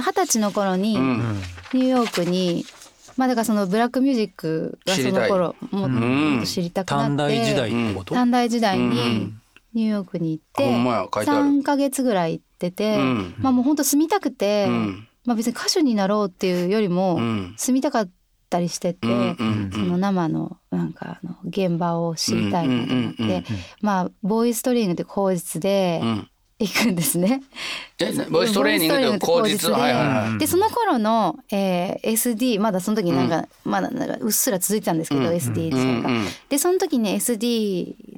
歳の頃にニューヨークに、まあだからそのブラックミュージックがその頃もっと知りたくなって、 短大時代ってこと？ 短大時代にニューヨークに行ってさんかげつぐらい行ってて、うん、まあもう本当住みたくて、うん、まあ別に歌手になろうっていうよりも住みたかったりしてて、うん、その生のなんかあの現場を知りたいなと思って、うんうん、まあボイストレーニングで口実で行くんですね。 えボイストレーニングで口実で、はいはいはい、 でその頃の、えー、エスディー まだその時なんか、うん、まだなんかうっすら続いてたんですけど、うん、エスディー 時代が、うんうん、でその時に エスディー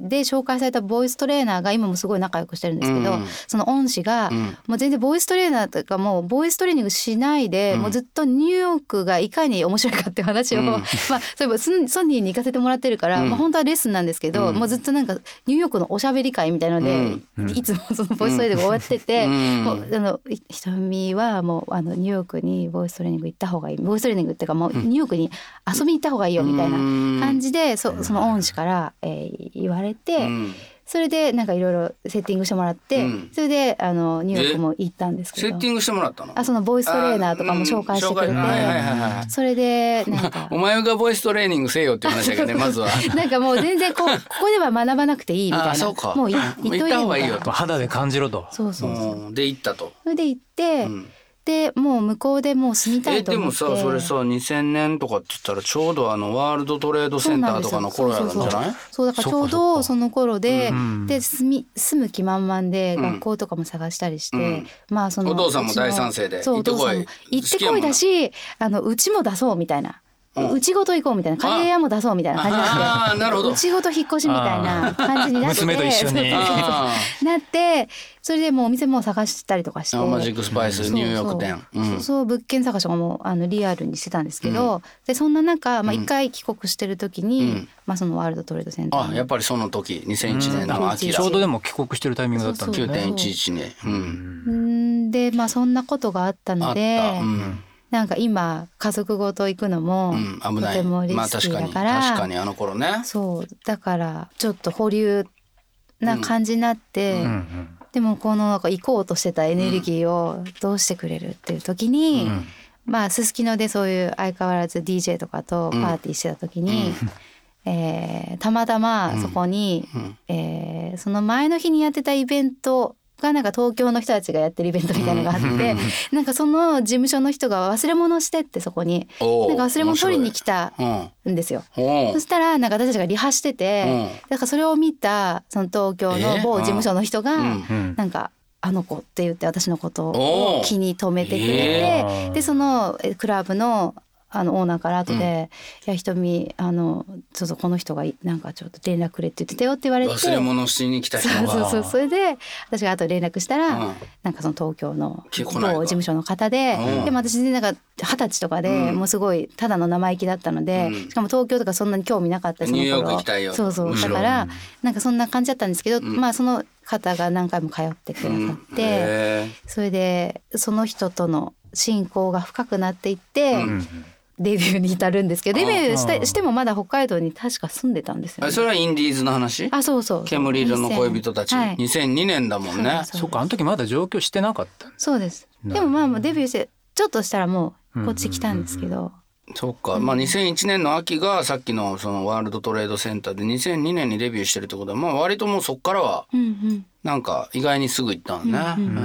で紹介されたボイストレーナーが今もすごい仲良くしてるんですけど、うん、その恩師が、うん、もう全然ボイストレーナーとかもうボイストレーニングしないで、うん、もうずっとニューヨークがいかに面白いかっていう話を、うん、まあそういえばソニーに行かせてもらってるから、うんまあ、本当はレッスンなんですけど、うん、もうずっとなんかニューヨークのおしゃべり会みたいなので、うん、いつもそのボイストレーニングが終わってて、うん、もうあのひとみはもうあのニューヨークにボイストレーニング行った方がいい、ボイストレーニングっていうかもうニューヨークに遊びに行った方がいいよみたいな感じで、うん、そ, その恩師から、えー、言われて、うん、それでなんかいろいろセッティングしてもらって、うん、それであのニューヨークも行ったんですけど、 セッティングしてもらったの？ あそのボイストレーナーとかも紹介してくれて、それでなんかお前がボイストレーニングせよっていう話だけどねまずはなんかもう全然こ, ここでは学ばなくていいみたいな、 そうかもう行っといた方がいいよと肌で感じろと。 そうそうそう。 で行ったと。 それで行って、うんでもう向こうでもう住みたいと思って。 えでもさそれさにせんねんとかって言ったらちょうどあのワールドトレードセンターとかの頃やるんじゃない？そうそうそうそうだからちょうどその頃で、うん、で住み住む気満々で学校とかも探したりして、うん、まあそのお父さんも大賛成でそう行ってこい行ってこいだしあのうちも出そうみたいな。うちごと行こうみたいなカレー屋も出そうみたいな感じになって、 なるほどうちごと引っ越しみたいな感じになって娘と一緒になってそれでもうお店も探したりとかしてマジックスパイスニューヨーク店そうそう、うん、そう物件探しとかもあのリアルにしてたんですけど、うん、でそんな中まあ一回帰国してる時に、うんまあ、そのワールドトレードセンターあやっぱりその時にせんいちねんの秋だ、 ちょうどでも帰国してるタイミングだったんですねきゅうてんいちいち ね、うんうんでまあそんなことがあったのでなんか今家族ごと行くのもとてもリスキーだから、 まあ、確かに確かにあの頃ねそうだからちょっと保留な感じになって、うんうん、でもこのなんか行こうとしてたエネルギーをどうしてくれるっていう時に、うん、まあすすきのでそういう相変わらず ディージェー とかとパーティーしてた時に、うんえー、たまたまそこに、うんえー、その前の日にやってたイベントがなんか東京の人たちがやってるイベントみたいなのがあって、うん、なんかその事務所の人が忘れ物してってそこになんか忘れ物取りに来たんですよ、うん、そしたらなんか私たちがリハしてて、うん、だからそれを見たその東京の某事務所の人が、えー、なんかあの子って言って私のことを気に留めてくれて、えー、でそのクラブのあのオーナーから後で、うん、いやひとみあのちょっとこの人がなんかちょっと連絡くれって言ってたよって言われて忘れ物しに来た人がそうそうそうそれで私が後で連絡したら、うん、なんかその東京の某事務所の方で、うん、でも私なんか二十歳とかで、うん、もうすごいただの生意気だったので、うん、しかも東京とかそんなに興味なかったしその頃ニューヨーク行きたいよそうそうだからなんかそんな感じだったんですけど、うん、まあその方が何回も通ってくださって、うん、それでその人との親交が深くなっていって、うんデビューに至るんですけどデビュー し, てしてもまだ北海道に確か住んでたんですよ、ね、 それはインディーズの話あそうそう煙色の恋人たち、はい、にせんにねんだもんねそうかあの時まだ上京してなかったんそうですでもまあデビューしてちょっとしたらもうこっち来たんですけど、うんうんうん、 そうか、まあ、にせんいちねんの秋がさっき の, そのワールドトレードセンターでにせんにねんにデビューしてるってことは、まあ、割ともうそっからはなんか意外にすぐ行ったんね、うんうん、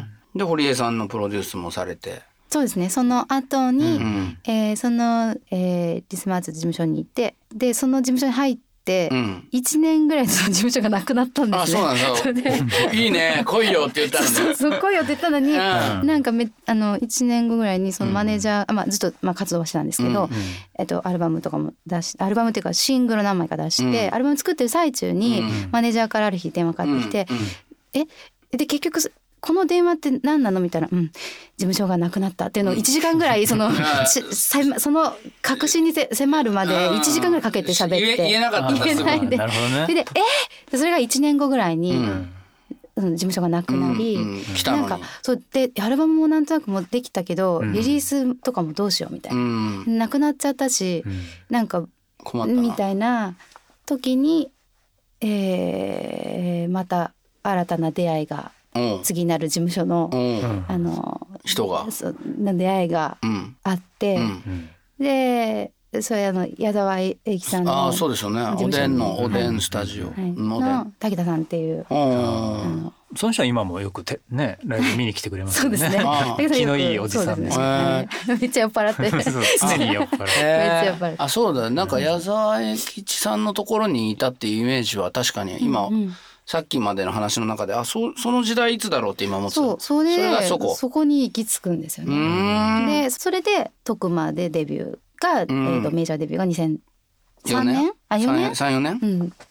で堀江さんのプロデュースもされてそうですねその後に、うんうんえー、その、えー、リスマーズ事務所に行ってでその事務所に入っていちねんぐらいその事務所がなくなったんですね、 うん、あそうなんだいいね来いよって言ったのねそうそう来いよって言ったのに、うん、なんかめあのいちねんごぐらいにそのマネージャー、うんまあ、ずっと、まあ、活動はしてたんですけど、うんうんえっと、アルバムとかも出しアルバムっていうかシングル何枚か出して、うん、アルバム作ってる最中に、うん、マネージャーからある日電話かかってきて、うんうん、えで結局この電話って何なのみたいな、うん、事務所がなくなったっていうのをいちじかんぐらいそのその確信に迫るまでいちじかんぐらいかけて喋って言えなかったんだ言えないで、 なるほどね、 でえそれがいちねんごぐらいに、うんうん、事務所がなくなり、うんうん、なんかそうでアルバムもなんとなくもできたけど、うん、リリースとかもどうしようみたいな、うん、なくなっちゃったし、うん、なんか困ったなみたいな時に、えー、また新たな出会いが次なる事務所の、うん、あの人がの出会いがあって、うん、でそれあの矢沢永吉さんのあそうですよねおでんのおでんスタジオ、はい、 の滝田さんっていうあのその人は今もよくてねライブ見に来てくれますよねそうですね気のいいおじさんです、ねえー、めっちゃ酔っ払って常に酔っ払って、えー、めっちゃ酔っ払ってあそうだなんか矢沢永吉さんのところにいたっていうイメージは確かに今、うんうんさっきまでの話の中であ そ, その時代いつだろうって今思ってたそうそれそれがそこそこに行き着くんですよねでそれで徳間でデビューが、えー、とメジャーデビューがにせんさんねんあよねんさんよねん、 うん、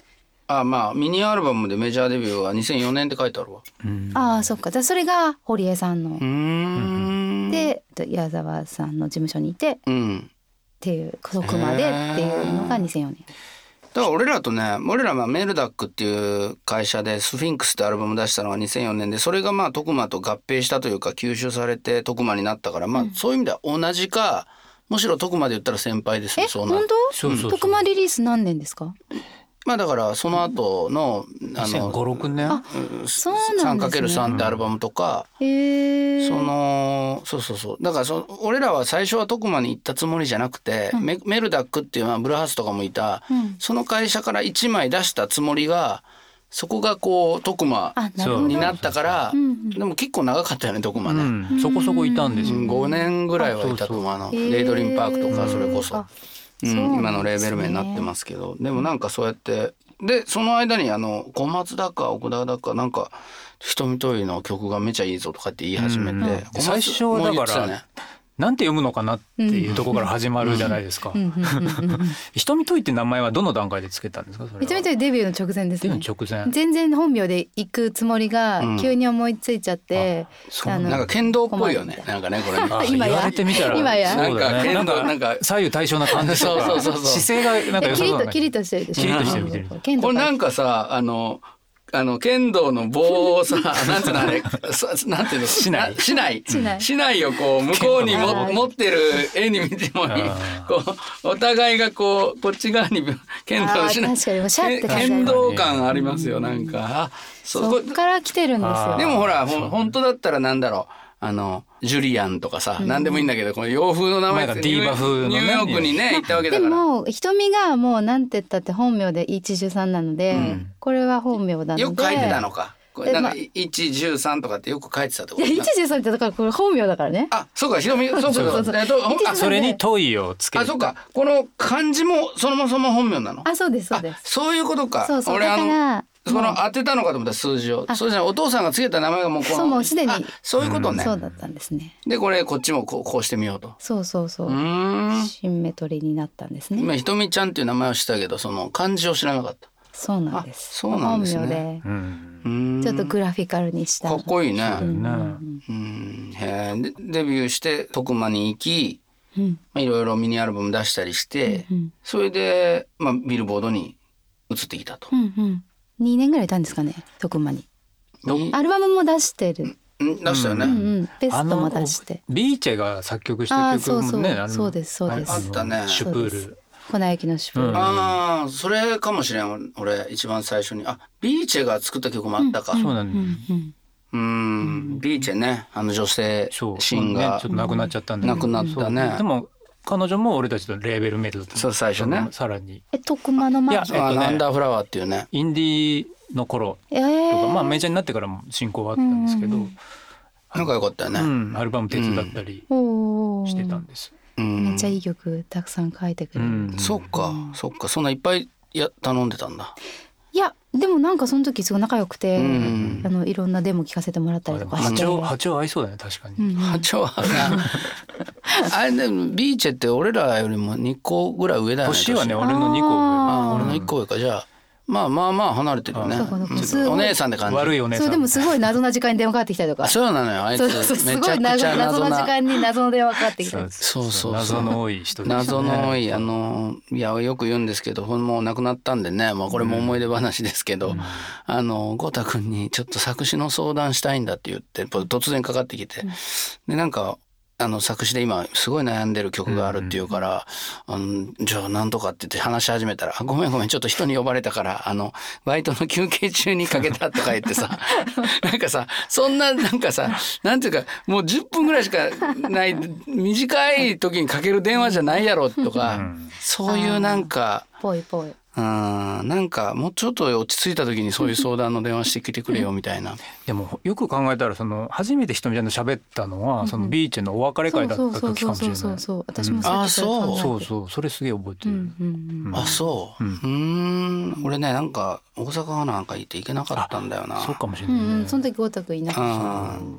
あまあミニアルバムでメジャーデビューはにせんよねんって書いてあるわ。 ああそっか。じゃあそれが堀江さんの。 うーんで矢沢さんの事務所にいて、 うん、 っていう徳間でっていうのがにせんよねん。 だから俺らとね俺らはメルダックっていう会社でスフィンクスってアルバム出したのがにせんよねんで、それがまあ徳間と合併したというか吸収されて徳間になったから、まあそういう意味では同じかむしろ徳間で言ったら先輩ですね。 えそうな本当？ そうそうそう徳間リリース何年ですか？ まあだからその後のあにせんご、 のろくねんあそうなんですねさんかけるさん ってアルバムとか、 へーそのそうそうそうだからそ俺らは最初は徳間に行ったつもりじゃなくて、 うんメ, メルダックっていうまあブルーハーツとかもいた、 うんその会社からいちまい出したつもりがそこがこう徳間あなるほどになったからうんうんでも結構長かったよね徳間ね、 うん、そこそこいたんですよ。 ごねんぐらいはいたと思うあのレイドリンパークとかそれこそ、 あうんそうなんですね今のレーベル名になってますけど、でもなんかそうやってでその間にあの小松だか奥田だかなんか瞳といの曲がめちゃいいぞとかって言い始めて、 うん小松最初はだからも言ってたねなんて読むのかなっていうところから始まるじゃないですか。 うんうんうんうん瞳といって名前はどの段階でつけたんですか？それはめちゃめちゃデビューの直前ですデビね。 ュー直前。 全然本名で行くつもりがうん急に思いついちゃって、 そうあのなんか剣道っぽいよねなんかねこれねあ今や言われてみたら今やそうだね。 なかなんんかなんか左右対称な感じとかそうそうそうそう姿勢がなんかえキリ良さそうだね。 ッとキリッとしてるでしょ。 キリッとしてる見てる剣道これなんかさあのあの剣道の棒をさなんていうのあれさなんていうの竹刀な竹刀竹刀竹刀をこう向こうにも剣道持ってる絵に見てもいいあこうお互いがこうこっち側に剣道のあー竹刀確かにもうシャッて感じ剣道感ありますよなんかあそこそっから来てるんですよ。 あーでもほらほん本当だったらなんだろうあのジュリアンとかさ、なんでもいいんだけどこの洋風の名前なんかディーバ風のねニューヨークにね行ったわけだでからも瞳がもうなんて言ったって本名で一十三なので、 うんこれは本名なのでよく書いてたのかこれなんかでまあいちじゅうさんとかってよく書いてたってこいやと一十三ってだからこれ本名だからね。 あそうかひろみそうかそうそうそうえっとあそれに問いをつける。 あそうかこの漢字もそもそも本名なのあそうですそうです。 あそういうことかそうそう俺あのだからそのもう当てたのかと思った数字をあそうじゃないお父さんがつけた名前がもうこのそうもうすでにあそういうことね、 そうだったんですね。 でこれこっちもこうこうしてみようとそうそうそううーんシンメトリーになったんですね。 今ひとみちゃんっていう名前を知ったけどその漢字を知らなかったそうなんです。 あそうなんですね本名うん。 うーんでちょっとグラフィカルにしたかっこいいねそうね。 うんへーでデビューして徳間に行きうんまあいろいろミニアルバム出したりして、 うんそれで、まあ、ビルボードに移ってきたと。 うんうんにねんぐらいいたんですかね徳間に。 にアルバムも出してる。 ん出したよね。 うんうんベストも出して。 ビーチェが作曲しあたーそうそう曲もね、あのそうですそうですあのあったねシュプーそうでル。 粉雪のシュプール。 うんああそれかもしれん俺一番最初にあビーチェが作った曲もあったか。 そうなんうです。 んうんうんビーチェねあの女性そうシンガねちょっと亡くなっちゃったんだけど。 亡くなったねそうでも彼女も俺たちとレーベルメイトだった。 そう最初ねさらにえ徳間の前。 いやあのえっとねアンダーフラワーっていうね。 インディーの頃えとか、 ーまあメジャーになってからも進行はあったんですけど、 うんうん仲良かったよね。 うんアルバム手伝ったりおーしてたんです。 うんめっちゃいい曲たくさん書いてくれる。 うんそっかそっかそんないっぱいや頼んでたんだ。 いやでもなんかその時すごい仲良くて、 うんあのいろんなデモ聞かせてもらったりあでとかして。 も波長波長合いそうだね確かに。 うんうん波長があれでもビーチェって俺らよりもにこぐらい上だよね。 年はね年俺のにこああー俺のいっこ上かじゃあまあまあまあ離れてるよね。 あそうかそうかうんすごいお姉さんって感じ。 悪いお姉さん。 そうでもすごい謎な時間に電話かかってきたりとか。 あそうなのよあいつそうそうすめちゃくごい謎ちゃ謎謎な時な間に謎の電話かかってきたり。 そうそうそう謎の多い人でしたね。 謎の多いあのいやよく言うんですけどもう亡くなったんでね、まあ、これも思い出話ですけど、あの豪太君にちょっと作詞の相談したいんだって言って突然かかってきて、でなんかあの作詞で今すごい悩んでる曲があるっていうから、あのじゃあなんとかって言って話し始めたら「あごめんごめんちょっと人に呼ばれたからあのバイトの休憩中にかけた」とか言ってさなんかさそんななんかさなんていうかもうじゅっぷんぐらいしかない短い時にかける電話じゃないやろとか、 うんそういうなんか。 ぽいぽい。 うんなんかもうちょっと落ち着いた時にそういう相談の電話してきてくれよみたいな。 でもよく考えたらその初めてひとみちゃんと喋ったのはそのビーチェのお別れ会だった時かもしれない。 そうそうそうそう私もあさっきそれ考えてそうそうそれすげえ覚えてる。 うんうんうんあそう。うーん俺ねなんか大阪なんか行って行けなかったんだよな。 そうかもしれうないね。 んうんその時豪太くんいなかっうん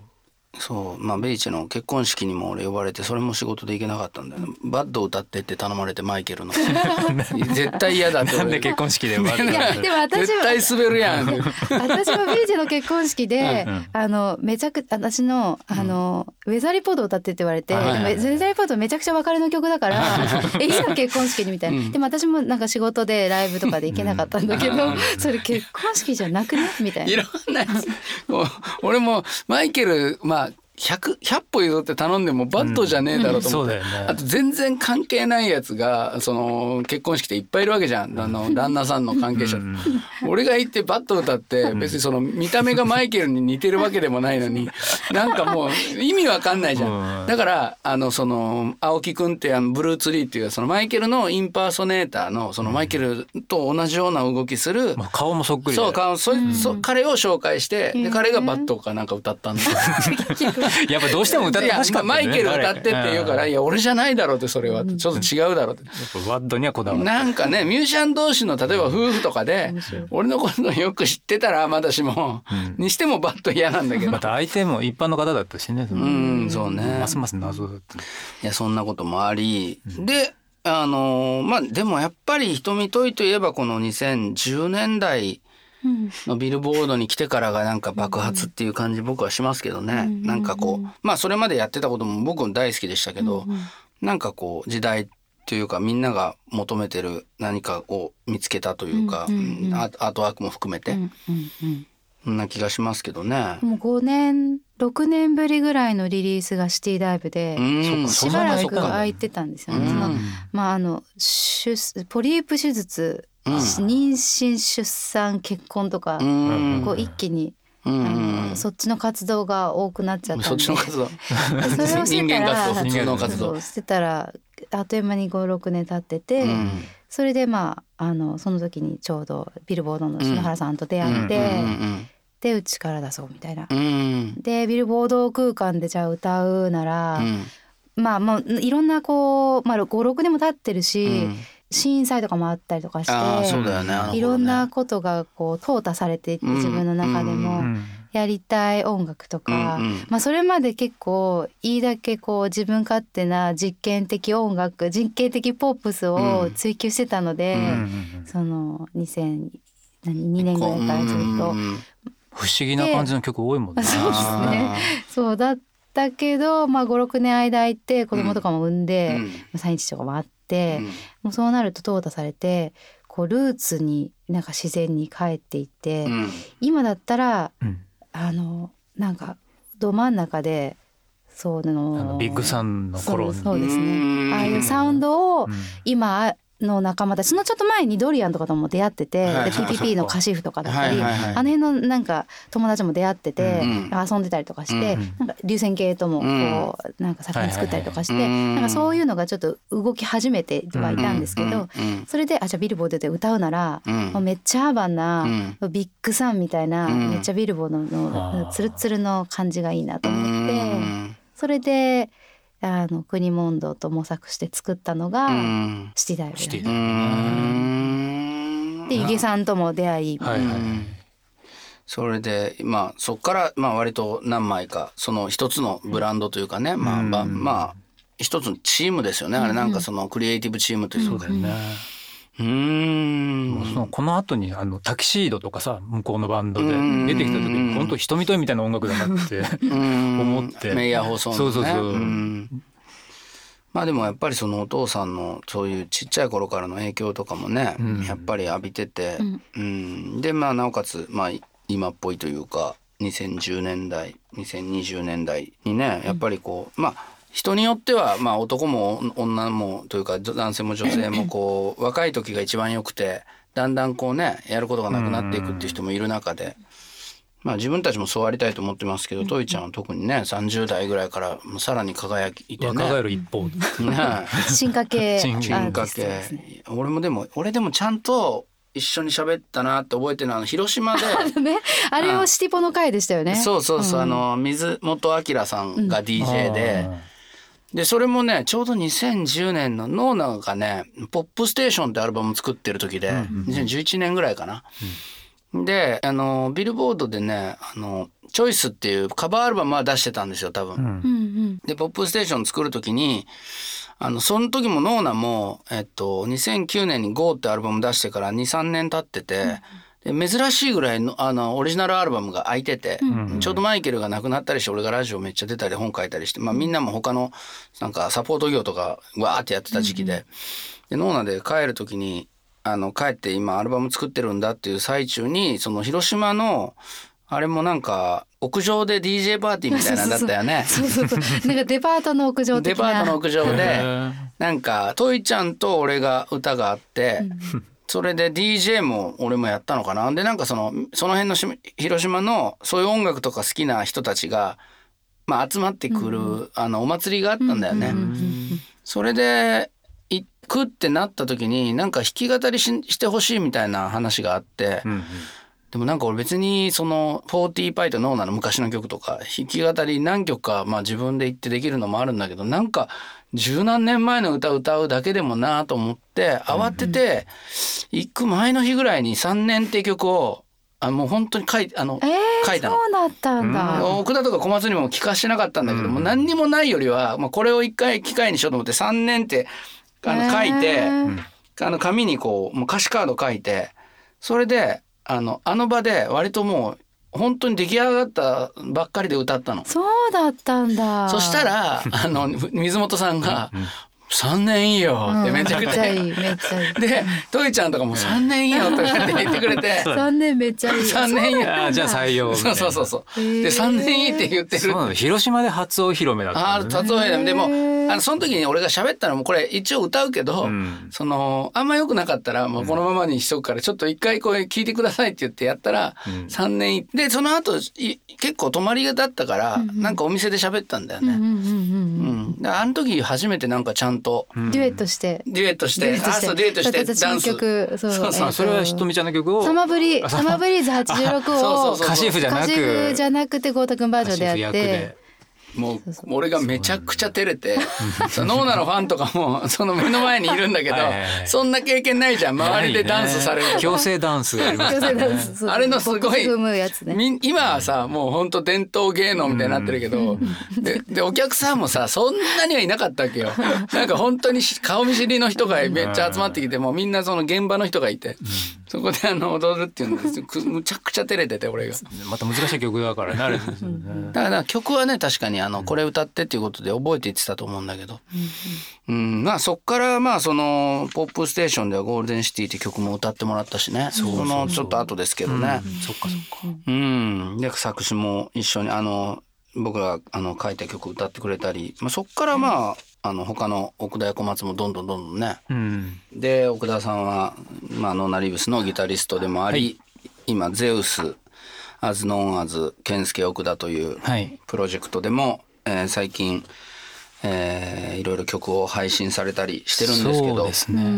そうまあベイチの結婚式にも俺呼ばれてそれも仕事で行けなかったんだよ、ね、バッド歌ってって頼まれてマイケルの絶対嫌だってなんで結婚式でバッドいやでも私絶対滑るやん私もベイチの結婚式で、うん、あのめちゃく私のあの、うん、ウェザーリポートを歌ってって言われて、はいはいはい、ウェザーリポートめちゃくちゃ別れの曲だからえいいの結婚式にみたいな、うん、でも私もなんか仕事でライブとかで行けなかったんだけど、うん、それ結婚式じゃなくねみたいな。 いろんな俺もマイケルまあひゃく、ひゃっぽ譲って頼んでもバッドじゃねえだろうと思って、うんうんね、あと全然関係ないやつがその結婚式でいっぱいいるわけじゃん、あの旦那さんの関係者うん、俺が行ってバッド歌って別にその見た目がマイケルに似てるわけでもないのになんかもう意味わかんないじゃん。だからあのその青木くんってあのブルーツリーっていうそのマイケルのインパーソネーターのそのマイケルと同じような動きする、 まあ、顔もそっくりそう顔そ、うん、そ彼を紹介してで彼がバッドかなんか歌ったんだやっぱどうしても歌ってほしかったね。 マイケル歌ってって言うからいや俺じゃないだろうってそれはちょっと違うだろうってワッドにはこだわるなんかねミュージシャン同士の例えば夫婦とかで俺のことよく知ってたらまだしも、うん、にしてもバッド嫌なんだけどまた相手も一般の方だったしねそのうんそうねますます謎だった。 いやそんなこともあり、うん、であのまあでもやっぱり瞳といといえばこのにせんじゅうねんだいのビルボードに来てからがなんか爆発っていう感じ僕はしますけどね、うん、なんかこうまあそれまでやってたことも僕も大好きでしたけど、うん、なんかこう時代というかみんなが求めてる何かを見つけたというか、うんうんうん、アートワークも含めて、うんうんうん、そんな気がしますけどね。 もうごねんろくねんぶりぐらいのリリースがシティダイブで、うん、しばらく空いてたんですよね。うん、まああのポリープ手術うん、妊娠出産結婚とか、うん、こう一気に、うん、あのそっちの活動が多くなっちゃったんでそっちの活動それをしてたら普通の活動してたらあっという間にごろくねん経ってて、うん、それでまああのその時にちょうどビルボードの篠原さんと出会って、うんうんうんうん、でうちから出そうみたいな、うん、でビルボード空間でじゃあ歌うなら、うん、まあもういろんなこう、まあ、ごろくねんも経ってるし、うん審査とかもあったりとかして、 そうだよね、 いろんなことがこう淘汰されていって、うん、自分の中でもやりたい音楽とか、うんうん、まあ、それまで結構いいだけこう自分勝手な実験的音楽実験的ポップスを追求してたので、うん、そのにせんにねんぐらいからずっと、うん、 不思議な感じの曲多いもんね。 そうですねそうだったけど、まあ、ごろくねん間空いて子供とかも産んで、うん、さんいちとかもあってでうん、もうそうなると淘汰されてこうルーツになんか自然に帰っていって、うん、今だったら、うん、あのなんかど真ん中でそうのあのビッグサンの頃そう、そうですね、ああいうサウンドを今の仲間たちそのちょっと前にドリアンとかとも出会ってて、はいはい、で ピーピーピー のカシフとかだったり、はいはいはい、あの辺のなんか友達も出会ってて、うん、遊んでたりとかして、うん、なんか流線形ともこう、うん、なんか作品作ったりとかして、はいはいはい、なんかそういうのがちょっと動き始めてはいたんですけど、うん、それであじゃあビルボードで歌うなら、うん、もうめっちゃアーバンな、うん、ビッグサンみたいな、うん、めっちゃビルボードのツルツルの感じがいいなと思って、うん、それであの国モンドと模索して作ったのがシティダイブ、ね、でゆげさんとも出会い、はいはい、 それでまあそこからまあ割と何枚かその一つのブランドというかね、まあまあまあ一つのチームですよね、あれなんかそのクリエイティブチームというか、 そうだよね。うーんもうそのこの後にあのタキシードとかさ向こうのバンドで出てきた時に本当瞳とみたいな音楽だなって思ってメイヤー放送のね、 そうそうそう、 うんまあでもやっぱりそのお父さんのそういうちっちゃい頃からの影響とかもね、うん、やっぱり浴びてて、うんうん、でまあなおかつまあ今っぽいというかにせんじゅうねんだいにせんにじゅうねんだいにねやっぱりこうまあ人によってはまあ男も女もというか男性も女性もこう若い時が一番良くてだんだんこうねやることがなくなっていくっていう人もいる中で、まあ自分たちもそうありたいと思ってますけど、トイちゃんは特にねさんじゅうだいぐらいからさらに輝いてね、 若返る一方、ね、 進化系進化系俺もでも俺でもちゃんと一緒に喋ったなって覚えてるのは広島でね、あれをシティポの回でしたよね。 そうそうそう、うん、あの水本明さんが ディージェー で、うんでそれもねちょうどにせんじゅうねんのノーナがねポップステーションってアルバム作ってる時で、うんうん、にせんじゅういちねんぐらいかな、 であのビルボードでねあのチョイスっていうカバーアルバムは出してたんですよ多分、うん、でポップステーション作る時にあのその時もノーナも、えっと、にせんきゅうねんに ゴー ってアルバム出してから にさんねん経ってて、うん、で珍しいぐらいのあのオリジナルアルバムが空いてて、うん、ちょうどマイケルが亡くなったりして俺がラジオめっちゃ出たり本書いたりして、まあ、みんなも他のなんかサポート業とかわーってやってた時期で、うん、でノーナで帰る時にあの帰って今アルバム作ってるんだっていう最中にその広島のあれもなんか屋上で ディージェー パーティーみたいなんだったよね。 そうそうそうなんかデパートの屋上的なデパートの屋上でなんかトイちゃんと俺が歌があって、うん、それで ディージェー も俺もやったのかな。でなんかそのその辺のし広島のそういう音楽とか好きな人たちが、まあ、集まってくる、うん、あのお祭りがあったんだよね。うんうんうんうん、それで行くってなった時になんか弾き語り し, してほしいみたいな話があって、うんうん、でもなんか俺別にそのフォーティーパイとノーナの昔の曲とか弾き語り何曲かまあ自分で言ってできるのもあるんだけどなんか十何年前の歌歌うだけでもなと思って慌てて行く前の日ぐらいにさんねんって曲をあもう本当に書いあの、えー、書いたの。 そうだったんだ。 奥田とか小松にも聞かしてなかったんだけど、うん、もう何にもないよりは、まあ、これを一回機会にしようと思ってさんねんってあの書いて、えー、あの紙にこうもう歌詞カード書いてそれであのあの場で割ともう本当に出来上がったばっかりで歌ったの。 そうだったんだ。 そしたらあの水本さんがさんねんいいよってめちゃくちゃいい、うん、めっちゃいいめっちゃいいでトイちゃんとかもさんねんいいよとかって言ってくれてさんねんめっちゃいいさんねんいいあじゃあ採用そうそうそうそうでさんねんいいって言ってる。 そう広島で初お披露目だったんですね。 あ初お披露目でもあのその時に俺が喋ったのもこれ一応歌うけど、うん、そのあんま良くなかったらもうこのままにしとくからちょっと一回これ聞いてくださいって言ってやったら、うん、さんねんでその後い結構泊まりだったから、うん、なんかお店で喋ったんだよね。うんうんうんうん、あの時初めてなんかちゃんと、 うん、デュエットしてデュエットしてあそうデュエットしてダンス曲そうそうそう、えー、それはひとみちゃんの曲をサマブリサマブリーズはちじゅうろくを歌詞譜じゃなく歌詞譜じゃなくて豪太くんバージョンでやってもう俺がめちゃくちゃ照れてそのノーナのファンとかもその目の前にいるんだけどそんな経験ないじゃん周りでダンスされる強制ダンスありますねあれのすごい今はさもうほんと伝統芸能みたいになってるけどででお客さんもさそんなにはいなかったわけよ。なんか本当に顔見知りの人がめっちゃ集まってきてもうみんなその現場の人がいてそこであの踊るっていうのですむちゃくちゃ照れてて俺がまた難しい曲だから慣れてるんですよね。 だから曲はね確かにあのこれ歌ってっていうことで覚えていってたと思うんだけど、うんうん、まあそっからまあそのポップステーションではゴールデンシティって曲も歌ってもらったしね。そのちょっと後ですけどね、 うん、そっかそっか、 うん、で作詞も一緒にあの僕があの書いた曲歌ってくれたり、まあ、そっからまああの他の奥田や小松もどんどんどんどんね、うん、で奥田さんは、まあ、ノーナ・リブスのギタリストでもあり、はい、今ゼウスアズノンアズ健介奥田というプロジェクトでも、はいえー、最近、えー、いろいろ曲を配信されたりしてるんですけどそうですね、うん、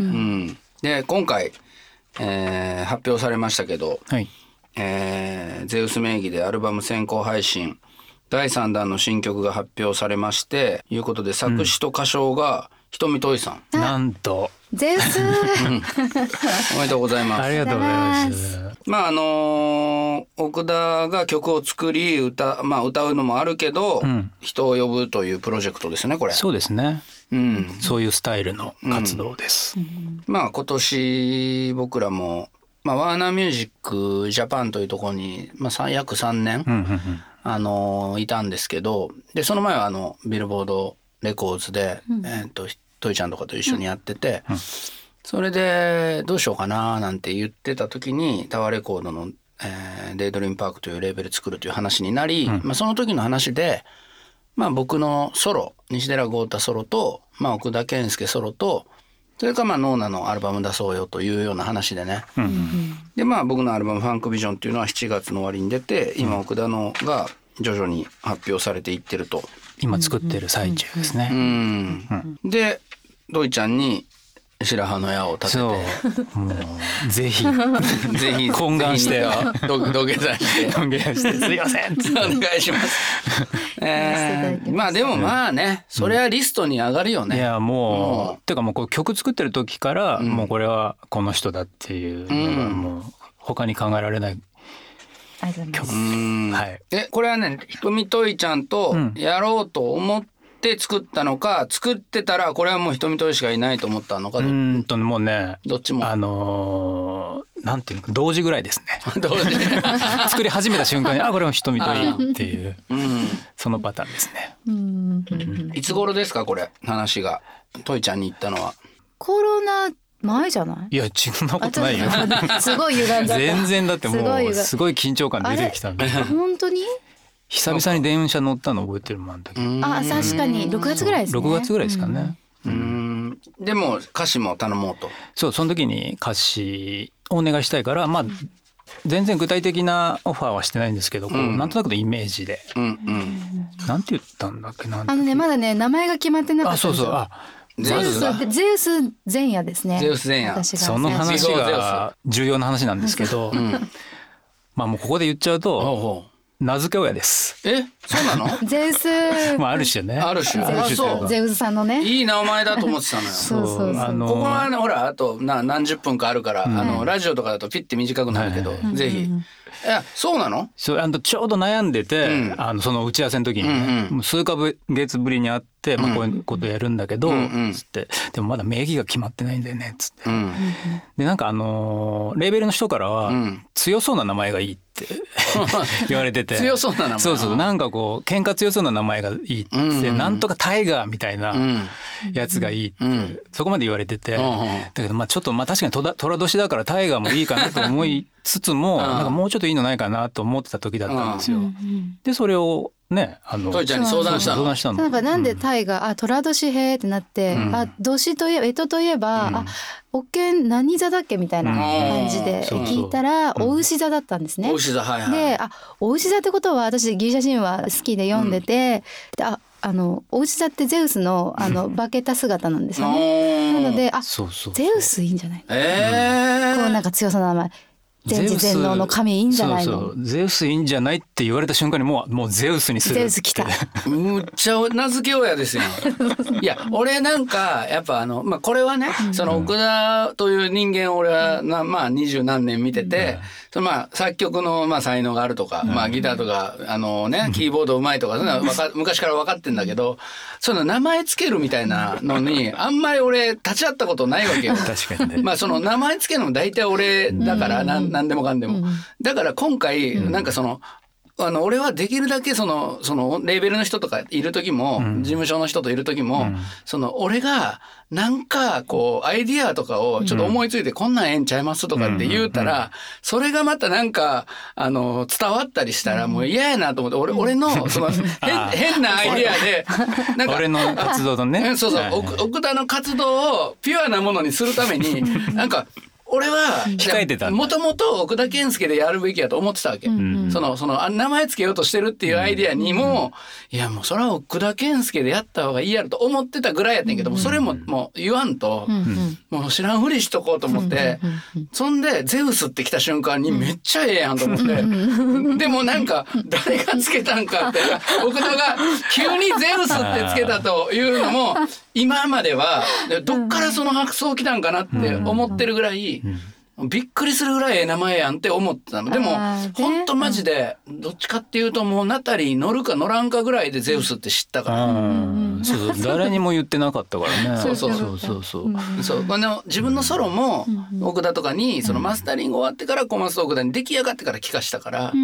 で今回、えー、発表されましたけど、 はいえー、ゼウス名義でアルバム先行配信だいさんだんの新曲が発表されましていうことで作詞と歌唱がひとみといさん、 うん、なんとゼウスおめでとうございます。 ありがとうございます。 まああのー、奥田が曲を作り 歌,、まあ、歌うのもあるけど、うん、人を呼ぶというプロジェクトですねこれ。 そうですね、うん、そういうスタイルの活動です、うんうん、まあ今年僕らも、まあ、ワーナーミュージックジャパンというところに、まあ、約さんねん、うんうんうんあのー、いたんですけどでその前はあのビルボードレコーズで、うんえー、とトイちゃんとかと一緒にやってて、うんうん、それでどうしようかななんて言ってた時にタワーレコードの、えー、デイドリームパークというレーベル作るという話になり、うんまあ、その時の話で、まあ、僕のソロ西寺豪太ソロと、まあ、奥田健介ソロとそれからまあノーナのアルバム出そうよというような話でね、うん、でまあ僕のアルバムファンクビジョンっていうのはしちがつの終わりに出て今奥田のが徐々に発表されていってると今作ってる最中ですね、 うんうん、でドイちゃんに白羽の矢を立ててもうぜひぜひ懇願して土下座して土下座してすいませんお願いします、えー、まあでもまあねそれはリストに上がるよね、 うん、いやもう、うん、てかもうこう曲作ってる時から、うん、もうこれはこの人だっていうのがもう他に考えられない曲。はい、 えこれはねひとみといちゃんとやろうと思って作ったのか、うん、作ってたらこれはもうひとみといしかいないと思ったのか。 うんともうねどっちもあのー、なんていうの同時ぐらいですね同時作り始めた瞬間にあこれもひとみといっていう、うん、そのパターンですね。うん、 いつ頃ですかこれ話がといちゃんに言ったのは。 コロナ前じゃない？ いやそんなことないよすごい歪んじゃった。 全然だってもうすごい緊張感出てきたんで。 本当に久々に電車乗ったの覚えてるもんあの時。 あ確かにろくがつぐらいですね。 ろくがつぐらいですかね。 うん、うんでも歌詞も頼もうと。そうその時に歌詞をお願いしたいからまあ全然具体的なオファーはしてないんですけど、こう、うん、なんとなくのイメージで、うんうん、なんて言ったんだっけなんあのねまだね名前が決まってなかったんですよ。 あそうそうあゼウスゼウス前夜ですね。 ゼウス前夜。 その話が重要な話なんですけど、うん、まあもうここで言っちゃうと名付け親です。 えそうなの？ ゼウスまあある種ね。 ある種。 あそうゼウスさんのね。 いい名前だと思ってたのよ。 そうそうそう。 あのー、ここはねほらあとな何十分かあるから、うん、あのラジオとかだとピッて短くなるけど、はい、ぜひ。いやそうなの？ そうあのちょうど悩んでて、うん、あのその打ち合わせの時にね、うんうん、数ヶ月ぶりに会って、まあ、こういうことやるんだけど、うんうん、つってでもまだ名義が決まってないんだよねつって、うん、でなんかあのー、レーベルの人からは、うん、強そうな名前がいいって言われてて強そうな名前そうそうなんかこう喧嘩強そうな名前がいいって、うんうん、なんとかタイガーみたいなやつがいいって、うん、そこまで言われてて、うんうん、だけどまあちょっとまあ確かにトラ寅年だからタイガーもいいかなと思いつつも、うん、なんかもうちょっといいのないかなと思ってた時だったんですよ。うんうん、でそれをねあのトイちゃんに相談したの。 相談したの。 なんかなんでタイが、うん、あ寅年へーってなって、うん、あ年といえば干支といえば、うん、あおけん何座だっけみたいな感じで聞いたら、うん、お牛座だったんですね。 お牛座はいはい。 であお牛座ってことは私ギリシャ神話好きで読んでて、うん、でああのお牛座ってゼウスのあの化けた姿なんですよね。なのであそうそうそうゼウスいいんじゃない、えー、こうなんか強さの名前全知全能の神いいんじゃないの。 そうそうゼウスいいんじゃないって言われた瞬間にもうもうゼウスにする。 ゼウス来た。 むっちゃ名付け親ですよ。いや俺なんかやっぱあのまあこれはね、うん、その奥田という人間を俺はなまあ二十何年見てて、うん、そのまあ作曲のまあ才能があるとか、うん、まあギターとかあのねキーボードうまいとかそんなわか昔から分かってんだけど、その名前つけるみたいなのにあんまり俺立ち会ったことないわけよ。 確かにね。 まあその名前つけるのも大体俺だからなん、何でもかんでも、うん、だから今回なんかその、うん、あの俺はできるだけそのそのレーベルの人とかいる時も、うん、事務所の人といる時も、うん、その俺がなんかこうアイディアとかをちょっと思いついてこんなんええんちゃいますとかって言うたら、それがまたなんかあの伝わったりしたらもう嫌やなと思って俺俺のその変変なアイディアでなんか俺の活動のねそうそう奥田の活動をピュアなものにするためになんか俺は控えてたもともと奥田健介でやるべきやと思ってたわけ、うんうん、そのその名前つけようとしてるっていうアイディアにも、うんうん、いやもうそれは奥田健介でやった方がいいやろと思ってたぐらいやってんけども、うんうん、それももう言わんと、うんうん、もう知らんふりしとこうと思って、うんうん、そんでゼウスって来た瞬間にめっちゃええやんと思って、うん、でもなんか誰がつけたんかって奥田が急にゼウスってつけたというのも今まではどっからその発想来たんかなって思ってるぐらい、うん、びっくりするぐらいええ名前やんって思ってたの。でもほんとマジでどっちかっていうともうナタリー乗るか乗らんかぐらいでゼウスって知ったから、うん、 そうそう誰にも言ってなかったからね。 そうそうそうそうそう、うん、そうあの自分のソロも奥田とかにそのマスタリング終わってから小松と奥田に出来上がってから聞かしたから、うん、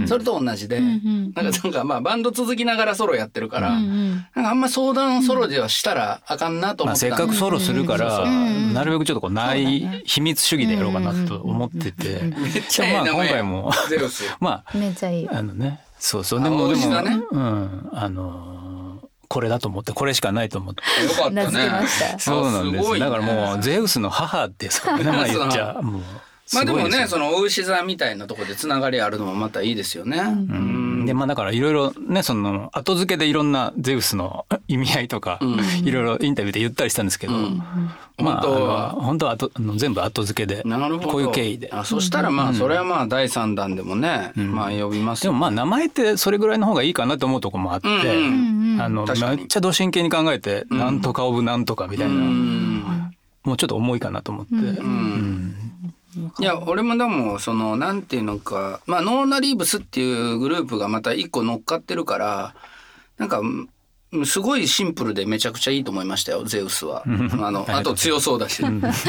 それと同じで、うん、なんかなんかまあバンド続きながらソロやってるから、うん、なんかあんま相談ソロではしたらあかんなと思った、 まあ、せっかくソロするから、うん、なるべくちょっとこうない秘密主義でやろうかなと思ってて、 うん、めっちゃいい名前、 まあ、今回もゼウスまあめっちゃいいあのねそうそうでもでも、ねうん、あのー、これだと思ってこれしかないと思ってよかったねそうなんです、ね、だからもうゼウスの母ですからねまあ言っちゃもうまあでもねそのお牛座みたいなところでつながりあるのもまたいいですよね、うんうん、でまあだからいろいろねその後付けでいろんなゼウスの意味合いとかいろいろインタビューで言ったりしたんですけど、うん、まあ本当は本当は後全部後付けでこういう経緯であそしたらまあそれはまあだいさんだんでもね、うん、まあ呼びますでもまあ名前ってそれぐらいの方がいいかなと思うとこもあって、うんうん、あのめっちゃど真剣に考えて、うん、なんとかオブなんとかみたいな、うん、もうちょっと重いかなと思って、うんうんいや俺もでもそのなんていうのか、まあ、ノーナリーブスっていうグループがまた一個乗っかってるからなんかすごいシンプルでめちゃくちゃいいと思いましたよゼウスは。あのあと強そうだし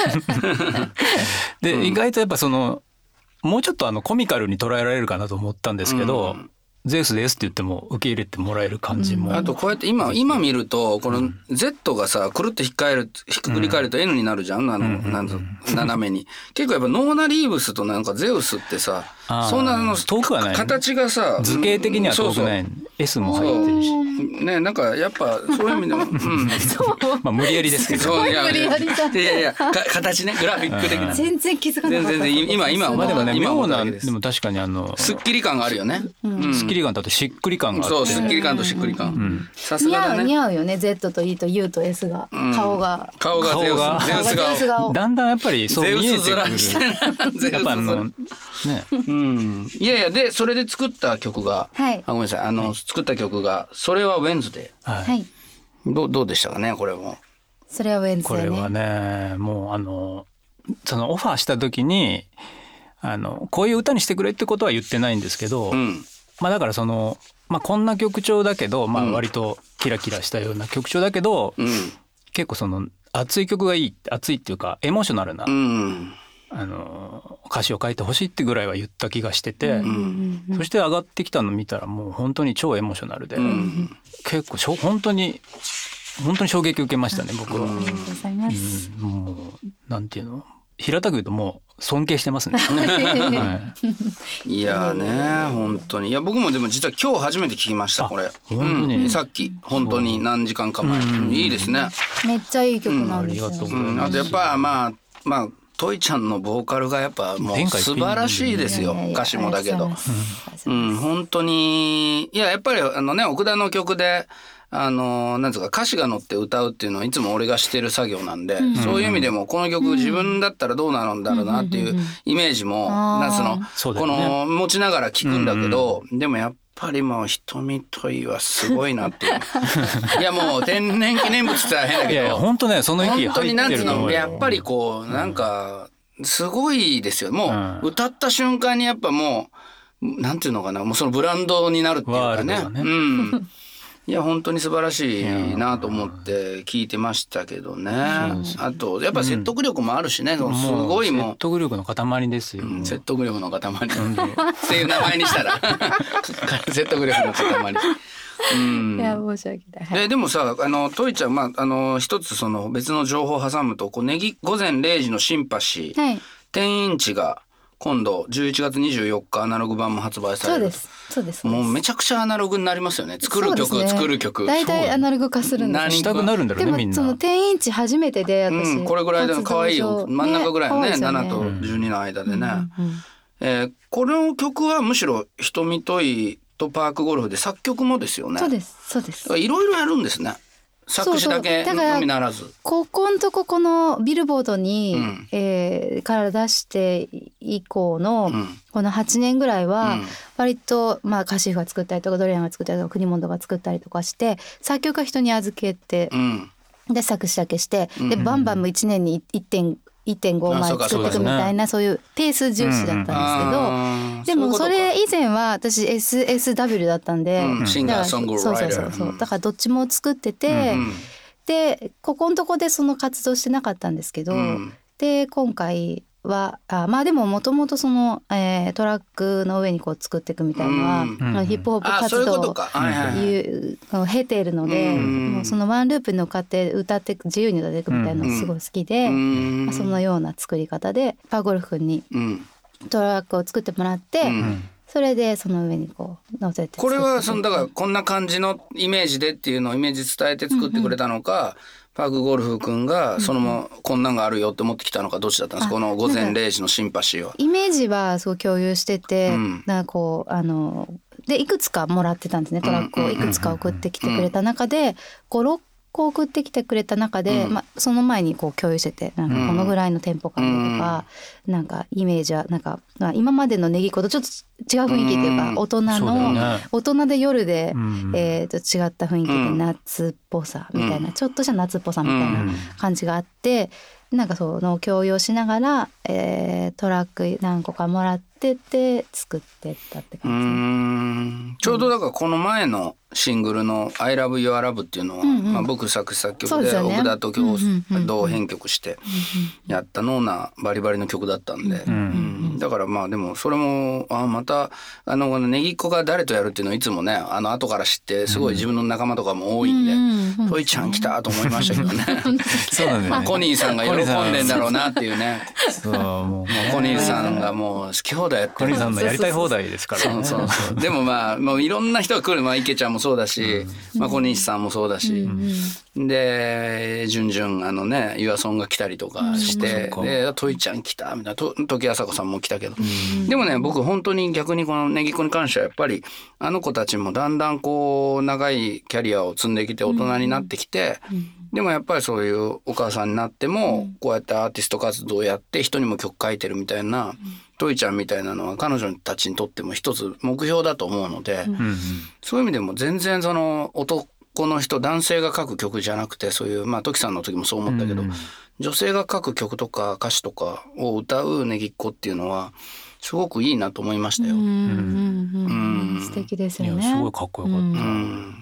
で、うん、意外とやっぱそのもうちょっとあのコミカルに捉えられるかなと思ったんですけど、うんゼウスですって言っても受け入れてもらえる感じも、 うん、あとこうやって今今見るとこの Z がさくるっとひっかえるひっくり返ると N になるじゃん、あの、うん、なんぞ斜めに結構やっぱノーナリーブスとなんかゼウスってさそんなの遠くはない、ね、形がさ図形的には遠くない、うん、S も入ってるしねなんかやっぱそういう意味でも、うん、 まあ無理やりですけどそういやいやいやいや形ねグラフィック的な全然気づかなかった全然今今まあでもね妙なでも確かにあのすっきり感があるよね、 うん、すっきり感だとしっくり感があってそうすっきり感としっくり感さすがだね似合うよね Z と E と U と S が、うん、顔が顔がゼウスゼウス顔だんだんやっぱりそう見えてくるやっぱあのねうんいやいやでそれで作った曲が、はい、あごめんなさいあの、はい、作った曲がそれはウェンズデー、はい、ど, どうでしたかねこれもそれはウェンズデー、ね、 これはねもうあのそのオファーした時にあのこういう歌にしてくれってことは言ってないんですけど、うん、まあだからその、まあ、こんな曲調だけど、まあ、割とキラキラしたような曲調だけど、うん、結構その熱い曲がいい熱いっていうかエモーショナルな、うんあの歌詞を書いてほしいってぐらいは言った気がしてて、うん、そして上がってきたの見たらもう本当に超エモーショナルで、うん、結構しょ本当に本当に衝撃を受けましたね僕は。ありがとうございます、うん、もうなんていうの平たく言うともう尊敬してますね。 はい、いやね本当にいや僕もでも実は今日初めて聞きましたこれ本当に、うん、さっき本当に何時間か前、うん、いいですねめっちゃいい曲なんですよ、 うん、あとやっぱまあまあトイちゃんのボーカルがやっぱもう素晴らしいですよ歌詞もだけど、うん、本当にいややっぱりあのね奥田の曲であのなんつうか歌詞が載って歌うっていうのはいつも俺がしてる作業なんで、うん、そういう意味でもこの曲、うん、自分だったらどうなるんだろうなっていうイメージも、うん、なんつうのそうだよね、この持ちながら聞くんだけど、うん、でもやっぱりもう瞳といはすごいなっていういやもう天然記念物って言ったら変だけどいやいや本当ねその域入ってるの本当になんつうのやっぱりこうなんかすごいですよもう歌った瞬間にやっぱもうなんていうのかなもうそのブランドになるっていうかね、ねうんいや本当に素晴らしいなと思って聞いてましたけどね。あとやっぱ説得力もあるしね、うん、すごいもう説得力の塊ですよ、 うん、説得力の塊っていう名前にしたら説得力の塊うん、いや申し訳ない、 はい、で, でもさあのトイちゃん、まあ、あの一つその別の情報を挟むとこうネギ午前れいじのシンパシー、はい、じゅうインチが今度じゅういちがつにじゅうよっかアナログ版も発売される。 そうですそうですもうめちゃくちゃアナログになりますよね作る曲、ね、作る曲大体アナログ化するんですしたくなるんだろうねみんなでもそのじゅうインチ初めてで私、 うん、これぐらいで可愛いよ真ん中ぐらいのねねななとじゅうにの間でね、うんうんうんえー、この曲はむしろ瞳といとパークゴルフで作曲もですよね。 そうですそうですいろいろやるんですね作詞だけのみならずそうそうここんとここのビルボードに、うんえー、から出して以降の、うん、このはちねんぐらいは割と、まあ、歌詞が作ったりとかドリアンが作ったりとか国本が作ったりとかして作曲は人に預けて、うん、で作詞だけして、うん、でバンバンもいちねんにいってんいってんごまい作っていくみたいなそういうペース重視だったんですけど、でもそれ以前は私 エスエスダブリュー だったんで、 シンガーソングライターそうそうそうだからどっちも作ってて、でここのとこでその活動してなかったんですけど、で今回はあまあでももともとその、えー、トラックの上にこう作っていくみたいなのは、うん、ヒップホップ活動を経ているので、うん、もうそのワンループに乗っかって歌って自由に歌っていくみたいなのがすごい好きで、うんまあ、そのような作り方でパーゴルフ君にトラックを作ってもらって、うん、それでその上にこう乗せてこれはそのだからこんな感じのイメージでっていうのをイメージ伝えて作ってくれたのか、うんうんパークゴルフ君がそのままこんなんがあるよって思ってきたのかどっちだったんですかこの午前れいじのシンパシーは。 イメージはすごい共有してて、うん、なんかこうあのでいくつかもらってたんですねトラックをいくつか送ってきてくれた中でごろっこ送ってきてくれた中で、うんまあ、その前にこう共有しててなんかこのぐらいのテンポ感とか、うん、なんかイメージはなんか、まあ、今までのネギ子とちょっと違う雰囲気っていうか、うん、大人の、ね、大人で夜で、うんえー、と違った雰囲気で夏っぽさみたいな、うん、ちょっとした夏っぽさみたいな感じがあってなんかその共有しながら、えー、トラック何個かもらってて作ってったって感じ。うーんちょうどだからこの前のシングルの「I Love Your Love」っていうのは、うんうんまあ、僕作詞作曲で、ね、奥田と同編曲してやったのなバリバリの曲だったんで、うんうん、だからまあでもそれもあまたあのねぎっこが誰とやるっていうのをいつもねあの後から知ってすごい自分の仲間とかも多いんで、うんうん、トイちゃん来たと思いましたけどねそうなんだねコニーさんが喜んでんだろうなっていうねそうもうコニーさんがもう好き放題やってコニーさんのやりたい放題ですからねそうそうそうでもまあもういろんな人が来る、まあ、池ちゃんもそうだし、うんまあ、小西さんもそうだし、うんうん、でじゅんじゅんあのねユアソンが来たりとかして、うん、でトイちゃん来たみたいなと時あさこさんも来たけど、うん、でもね僕本当に逆にこのねぎっこに関してはやっぱりあの子たちもだんだんこう長いキャリアを積んできて大人になってきて、うんうんでもやっぱりそういうお母さんになってもこうやってアーティスト活動をやって人にも曲書いてるみたいなトイちゃんみたいなのは彼女たちにとっても一つ目標だと思うので、うん、そういう意味でも全然その男の人男性が書く曲じゃなくてそういうまあトキさんの時もそう思ったけど、うん、女性が書く曲とか歌詞とかを歌うねぎっこっていうのはすごくいいなと思いましたよ。うんうんうん、素敵ですよね。 すごいかっこよかった。うん、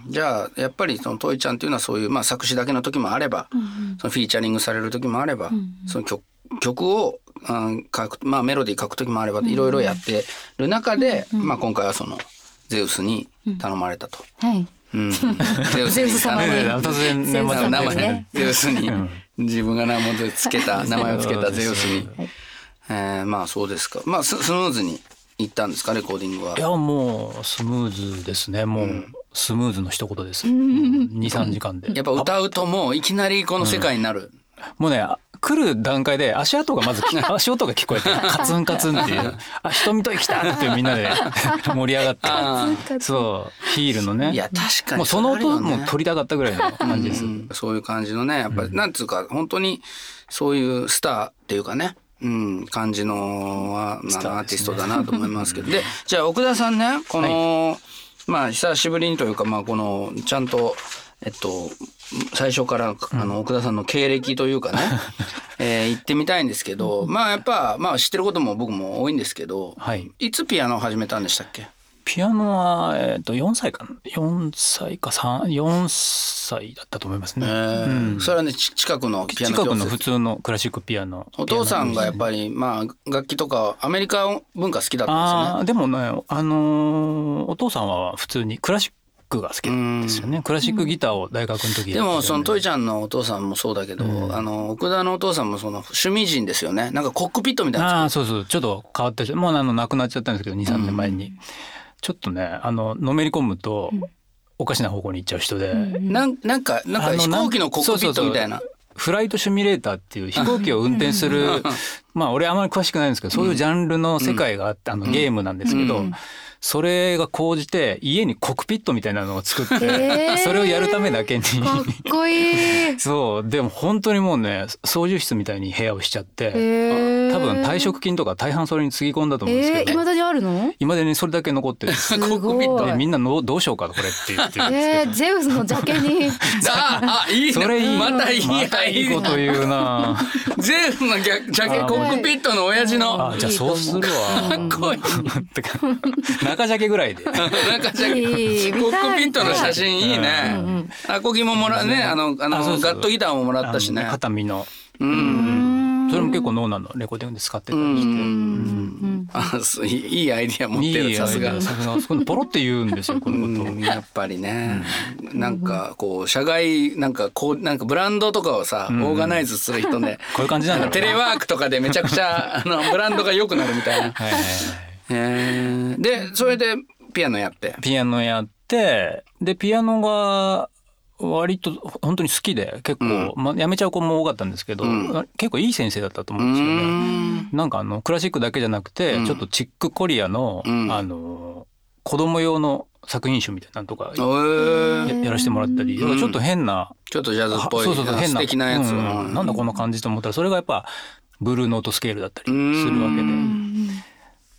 じゃあやっぱりそのトイちゃんっていうのはそういうまあ作詞だけの時もあれば、うん、そのフィーチャリングされる時もあれば、うん、その 曲, 曲を、うん、書くまあメロディー書く時もあればいろいろやってる中で、うんまあ今回はそのゼウスに頼まれたと。 うん、はい。 うん、ゼウスに突然名前名前ゼウスに自分が名前をつけた名前をつけたゼウスに。はいえー、まあそうですか。まあス, スムーズにいったんですかレコーディングは。 いやもうスムーズですね。もう、うん、スムーズの一言です。にさんじかんで。 やっぱ歌うともういきなりこの世界になる。 うん、もうね来る段階で足跡がまず足音が聞こえてカツンカツンっていうあ人見と来たってみんなで盛り上がってそうヒールのねいや確かにもうその音も取りたかったぐらいの感じです。うん、 そういう感じのねやっぱり、うん、なんつうか本当にそういうスターっていうかね。うん、感じのは、まあ、アーティストだなと思いますけどでじゃあ奥田さんねこの、はい、まあ久しぶりにというか、まあ、このちゃんと、えっと、最初からあの奥田さんの経歴というかね、えー、言ってみたいんですけどまあやっぱ、まあ、知ってることも僕も多いんですけど、はい、いつピアノを始めたんでしたっけ？ ピアノは、えー、とよんさいかなよんさいかさんよんさいだったと思いますね、えーうん、それはね近くのピアノ近くの普通のクラシックピアノお父さんがやっぱり、まあ、楽器とかアメリカ文化好きだったんですよね。 あでもね、あのー、お父さんは普通にクラシックが好きですよね。クラシックギターを大学の時、 ね、でもそのトイちゃんのお父さんもそうだけど、うん、あの奥田のお父さんもその趣味人ですよね。なんかコックピットみたいなあそうそうちょっと変わってもうあの亡くなっちゃったんですけど にさんねんまえに、うんちょっとねあののめり込むとおかしな方向に行っちゃう人で、うん、 なんなんかなんか飛行機のコックピットみたいなフライトシミュレーターっていう飛行機を運転するまあ俺あまり詳しくないんですけどそういうジャンルの世界があってあのゲームなんですけど、うんうんそれが高じて家にコックピットみたいなのを作って、えー、それをやるためだけにかっこいいそうでも本当にもうね操縦室みたいに部屋をしちゃって、えー、多分退職金とか大半それにつぎ込んだと思うんですけど、 えー、未だにあるの？ 未だにそれだけ残ってるすごいコックピットでみんなのどうしようかこれって言ってるんですけど、 えー、ゼウスのジャケにああいいねそれいいまたいい、 またいいこと言うなゼウスのジャケコックピットの親父のあじゃあそうするわかっこいい中ジャケぐらいでなんかじゃコックピットの写真いいね。アコギももらねあのあのガットギターももらったしね。 片身の。うんそれも結構ノーナのレコーディングで使ってたりして。うんあそういいアイディア持ってるさすが。 さすがそこポロって言うんですよこのこと。 やっぱりね、うん、なんかこう社外なんかこうなんかブランドとかをさ、うん、オーガナイズする人ね。 こういう感じなんだろう。 テレワークとかでめちゃくちゃあのブランドが良くなるみたいな。はいはいはい。えー、でそれで。ピアノやってピアノやってでピアノが割と本当に好きで結構、うんまあ、やめちゃう子も多かったんですけど、うん、結構いい先生だったと思うんですよね。んなんかあのクラシックだけじゃなくて、うん、ちょっとチックコリアの、うん、あの子供用の作品集みたいなのとか や, やらせてもらったり、うん、ちょっと変なちょっとジャズっぽいそうそうそう変な素敵なやつ、うん、なんだこの感じと思ったらそれがやっぱブルーノートスケールだったりするわけで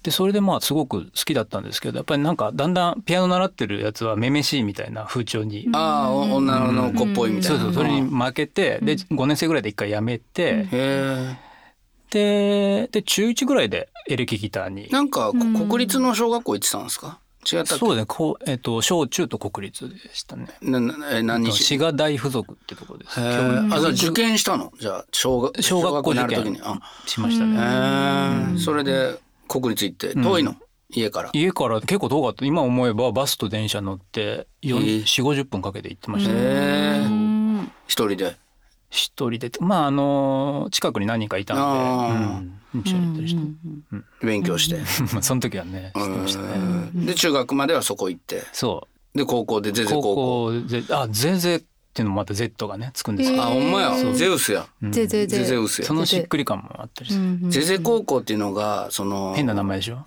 でそれでまあすごく好きだったんですけど、やっぱりなんかだんだんピアノ習ってるやつはめめしいみたいな風潮に、 ああ女の子っぽいみたいな、 そうそう、それに負けて、でごねん生ぐらいで一回やめて、 へでで中いちぐらいでエレキギターに。 なんか国立の小学校行ってたんですか？違ったっけ？ そうね、こう、えっと、小中と国立でしたね。 なな何日？ 滋賀大附属ってとこです。 へーあ、じゃあ受験したの？じゃあ小学小学校受験しましたね。 へーそれで国立行って遠いの、うん、家から？ 家から結構遠かった。今思えばバスと電車乗ってよんじゅう、ごじゅっぷんかけて行ってましたね。 へー一人で？ 一人で、まああの近くに何人かいたんで、うん、一緒に行ったりして、うんうん、 勉強してその時はね知ってましたね。 で中学まではそこ行って、 そうで高校でゼゼ高校、 高校で、あゼゼっていうのもまた Z がねつくんですよ。 あほんまや、ゼウスや、 うん、ゼゼゼゼウスや。 そのしっくり感もあったりする、うんうん、 ゼゼ高校っていうのがその変な名前でしょ、 うん、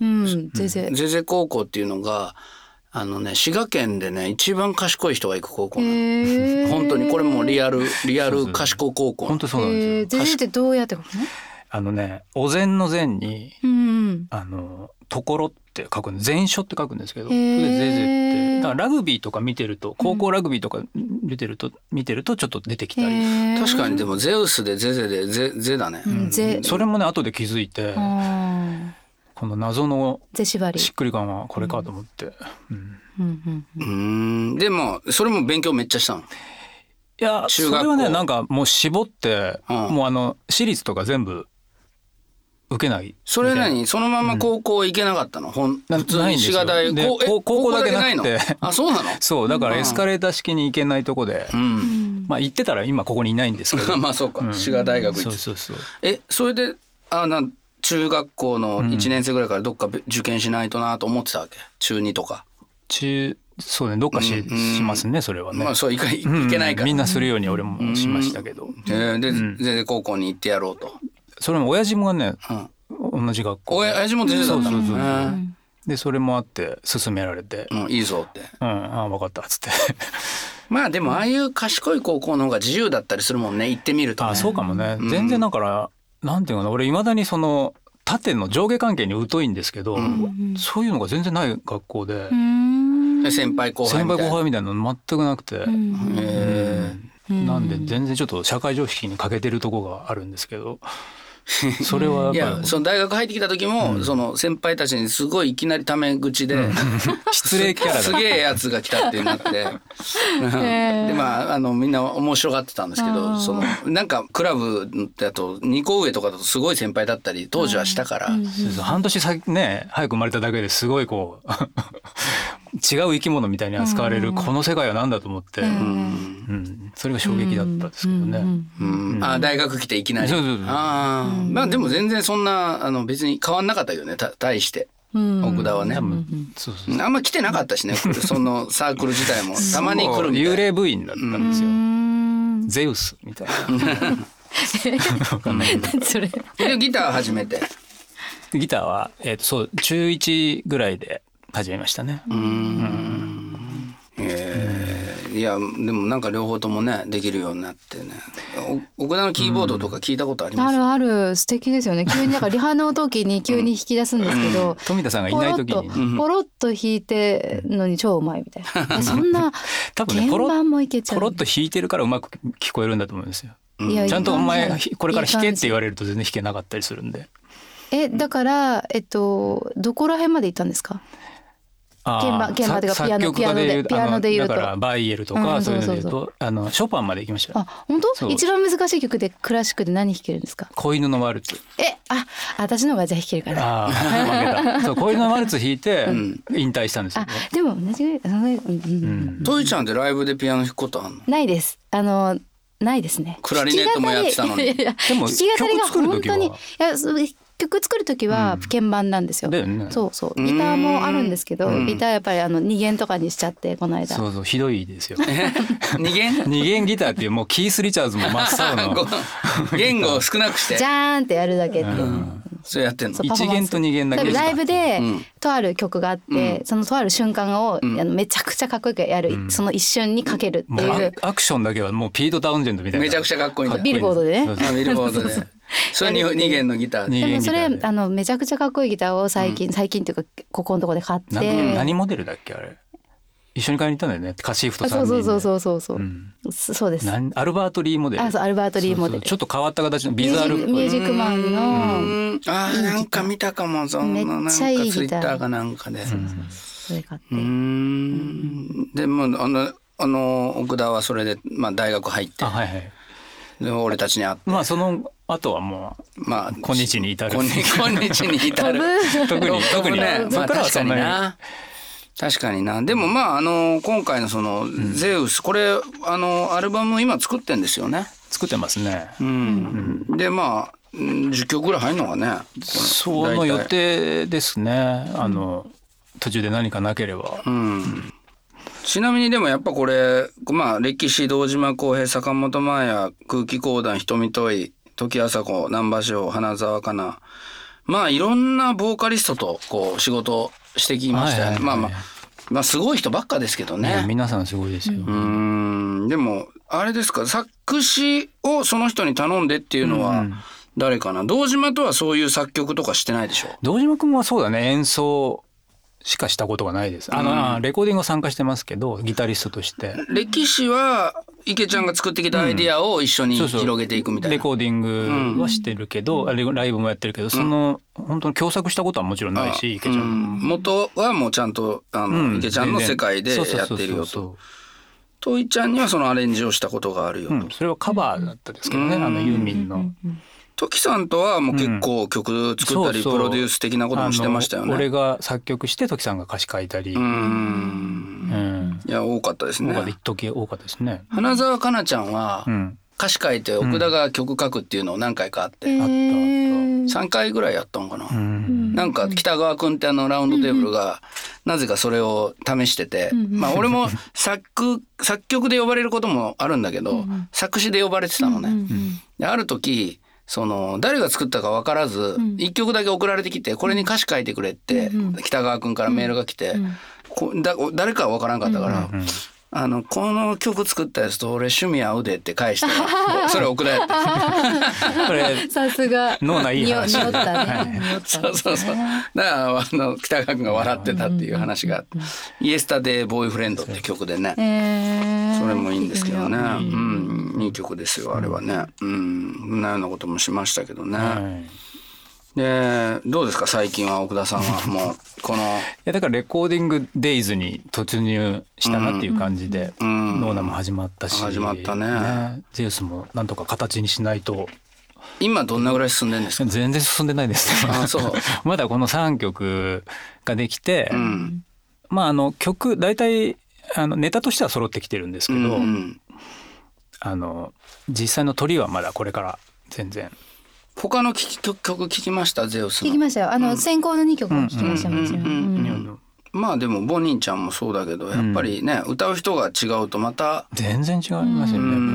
ゼゼゼゼ高校っていうのがあのね滋賀県でね一番賢い人が行く高校なの。本当にこれもリアルリアル賢高校。 本当そうなんですよ。 ゼゼってどうやってことね？ あのねお膳の膳に、うん、あのところって書くんで膳所って書くんですけど、それでゼゼってだからラグビーとか見てると高校ラグビーとか見てると、うん、見てるとちょっと出てきたり。 確かにでもゼウスでゼゼでゼゼだね、 うん、それもね後で気づいて。この謎のしっくり感はこれかと思って、うんうんうん、でもそれも勉強めっちゃしたの？ いやそれはねなんかもう絞って、うん、もうあの私立とか全部受けない。 それ何そのまま高校行けなかったの？うん、普通に滋賀大高校だけなくてあそうなの？ そうだからエスカレーター式に行けないとこで、うん、まあ行ってたら今ここにいないんですけどまあそうか、うん、滋賀大学行って、 そうそうそう。 えそれであなん中学校のいちねん生ぐらいからどっか受験しないとなと思ってたわけ？中にとか中そうねどっか し,、うん、しますねそれはね。 まあそういかいけないから、 うん、みんなするように俺もしましたけど、うん、 えー、で、うん、全然高校に行ってやろうと。 それも親父もね、うん、同じ学校親父も全然だったの。 そうそうそう、うん、でそれもあって勧められて、 うん、いいぞって、 うん、ああ分かったっつってまあでもああいう賢い高校の方が自由だったりするもんね行ってみるとね。 あそうかもね、うん、全然だからなんていうのかな俺いまだにその縦の上下関係に疎いんですけど、うん、そういうのが全然ない学校で、うん、 先輩後輩みたいな先輩後輩みたいなの全くなくて、うん、へうん、なんで全然ちょっと社会常識に欠けてるとこがあるんですけどそれはやっぱりいやその大学入ってきた時も、うん、その先輩たちにすごいいきなりタメ口で、うん、 失礼キャラだすげえやつが来たってなってでまああのみんな面白がってたんですけどそのなんかクラブだとにこ上とかだとすごい先輩だったり当時はしたから、うん、 半年先ね早く生まれただけですごいこう違う生き物みたいに扱われるこの世界は何だと思って、うんうん、それが衝撃だったですけどね、うんうんうん、あ大学来ていきなりそうそうそうあ、うん、まあでも全然そんなあの別に変わんなかったよね対して、うん、奥田はね、うん、そうそうそうあんま来てなかったしねそのサークル自体もたまに来るみたいな幽霊部員だったんですよ、うん、ゼウスみたいな分かんないけどそれでギター始めてギターは、えー、とそう中いちぐらいで始めましたね。うーん、うん、 えー、いやでもなんか両方ともねできるようになってね。奥田のキーボードとか聞いたことあります？ うん、あるある素敵ですよね。急になんかリハの時に急に弾き出すんですけど、うん、 富田さんがいない時にポロッと弾いてのに超うまいみたいな。そんな鍵盤もいけちゃう。 ポロッと弾いてるからうまく聞こえるんだと思うんですよ。いやちゃんとお前これから弾けって言われると全然弾けなかったりするんで。 えだからえっとどこら辺まで行ったんですか？鍵盤鍵盤というかピアノピアノでピアノで言うとだからバイエルとかそういうので言うとあのショパンまで行きました。 あ本当？一番難しい曲でクラシックで何弾けるんですか？ 子犬のワルツ。 えあ私の方がじゃあ弾けるから。 あ負けた。そう子犬のワルツ弾いて引退したんですよ、ね。 あでも同じぐらい。 トイちゃんってライブでピアノ弾くことあるの？ ないです。あのないですね。 クラリネットもやってたのに。 でも曲作る時は。いや曲作る時は鍵盤なんですよ、うんね、そうそうギターもあるんですけど、うん、ギターやっぱりあのに弦とかにしちゃってこの間そうそうひどいですよに弦に弦ギターっていうもうキース・リチャーズも真っ青の弦を少なくしてジャーンってやるだけっていう、うん、 そうやってんのいち弦とに弦だけライブでとある曲があって、うん、そのとある瞬間を、うん、あのめちゃくちゃかっこよくやる、うん、その一瞬にかけるっていう、 アクションだけはもうピート・タウンジェンドみたいなめちゃくちゃかっこいいんだビルボードでねビルボードでそれにに弦のギターで。 でもそれあのめちゃくちゃかっこいいギターを最近、うん、最近っていうかここのとこで買って。 何, 何モデルだっけあれ。一緒に買いに行ったんだよね。カシーフとさんにんで。 そうそうそうそうそう、うん、そうです。 アルバートリーモデル。 あ、そうアルバートリーモデル。 そうそう、ちょっと変わった形のビザールミュージックマンの。 あー、なんか見たかも。そんななんかツイッターかなんかで。 そうそうそう、それ買って。うん、でもあのあの奥田はそれでまあ大学入って。 あ、はいはい。 で俺たちに会って。 まあその後はもうまあ今日に至る。 今日に至る。特に特にね。まあ確かにな。確かにな。でもまああの今回のそのゼウス、これあのアルバム今作ってんですよね。 作ってますね。 うん。うん、でまあじゅっきょくぐらい入るのかね。 その予定ですね。あの途中で何かなければ。 うん。ちなみにでもやっぱこれまあ歴史堂島康平、坂本真綾、空気講談、瞳問い、時あさこ、難波翔、花澤香菜、まあいろんなボーカリストとこう仕事してきましたよね。はいはいはい、まあまあまあすごい人ばっかですけどね。 皆さんすごいですよ。 うん、でもあれですか、作詞をその人に頼んでっていうのは誰かな。堂島とはそういう作曲とかしてないでしょ。 堂島君はそうだね、演奏しかしたことがないです。あの、うん、レコーディングは参加してますけど、ギタリストとして。 歴史は池ちゃんが作ってきたアイディアを一緒に広げていくみたいな。 レコーディングはしてるけど、うん、ライブもやってるけど、その、うん、本当に共作したことはもちろんないし、池ちゃん、うん、 元はもうちゃんとあの、うん、池ちゃんの世界でやってるよと。トイちゃんにはそのアレンジをしたことがあるよと、うん、 それはカバーだったですけどね、うん、あのユーミンの。 トキさんとはもう結構曲作ったりプロデュース的なこともしてましたよね。 俺が作曲してトキさんが歌詞書いたり。うん、 うん、いや多かったですね。 一時多かったですね。 花澤香菜ちゃんは歌詞書いて奥田が曲書くっていうのを何回かあって、うん、あったあったさんかいぐらいやったのかな、うん、なんか北川君ってあのラウンドテーブルがなぜかそれを試してて、うん、まあ俺も作作曲で呼ばれることもあるんだけど、うん、作詞で呼ばれてたのね、うん、である時その誰が作ったか分からずいっきょくだけ送られてきて、これに歌詞書いてくれって北川君からメールが来て、こだ誰かは分からんかったから、あのこの曲作ったやつと俺趣味合うでって返してそれ送られてこれさすが脳内いい話。 匂ったね。 そうそうそう。だからあの北川君が笑ってたっていう話があって、イエスタデーボーイフレンドって曲でね、それもいいんですけどね、うん、いい曲ですよあれはね。うん、そんなようなこともしましたけどね。でどうですか最近は奥田さんはもうこのいやだからレコーディングデイズに突入したなっていう感じで、うんうん、ノーナも始まったし、 始まったね。 ね、ゼウスもなんとか形にしないと。 今どんなぐらい進んでるんですか。 全然進んでないですね。 あ、そうまだこのさんきょくができて、うん、まああの曲大体あのネタとしては揃ってきてるんですけど、うんうん、あの実際のトリはまだこれから全然。 他の曲聴きましたゼウスの。 聴きましたよ。あの、うん、先行のにきょくも聴きましたもちろん。まあでもボニーちゃんもそうだけどやっぱりね、うん、歌う人が違うとまた全然違いますよね。うん、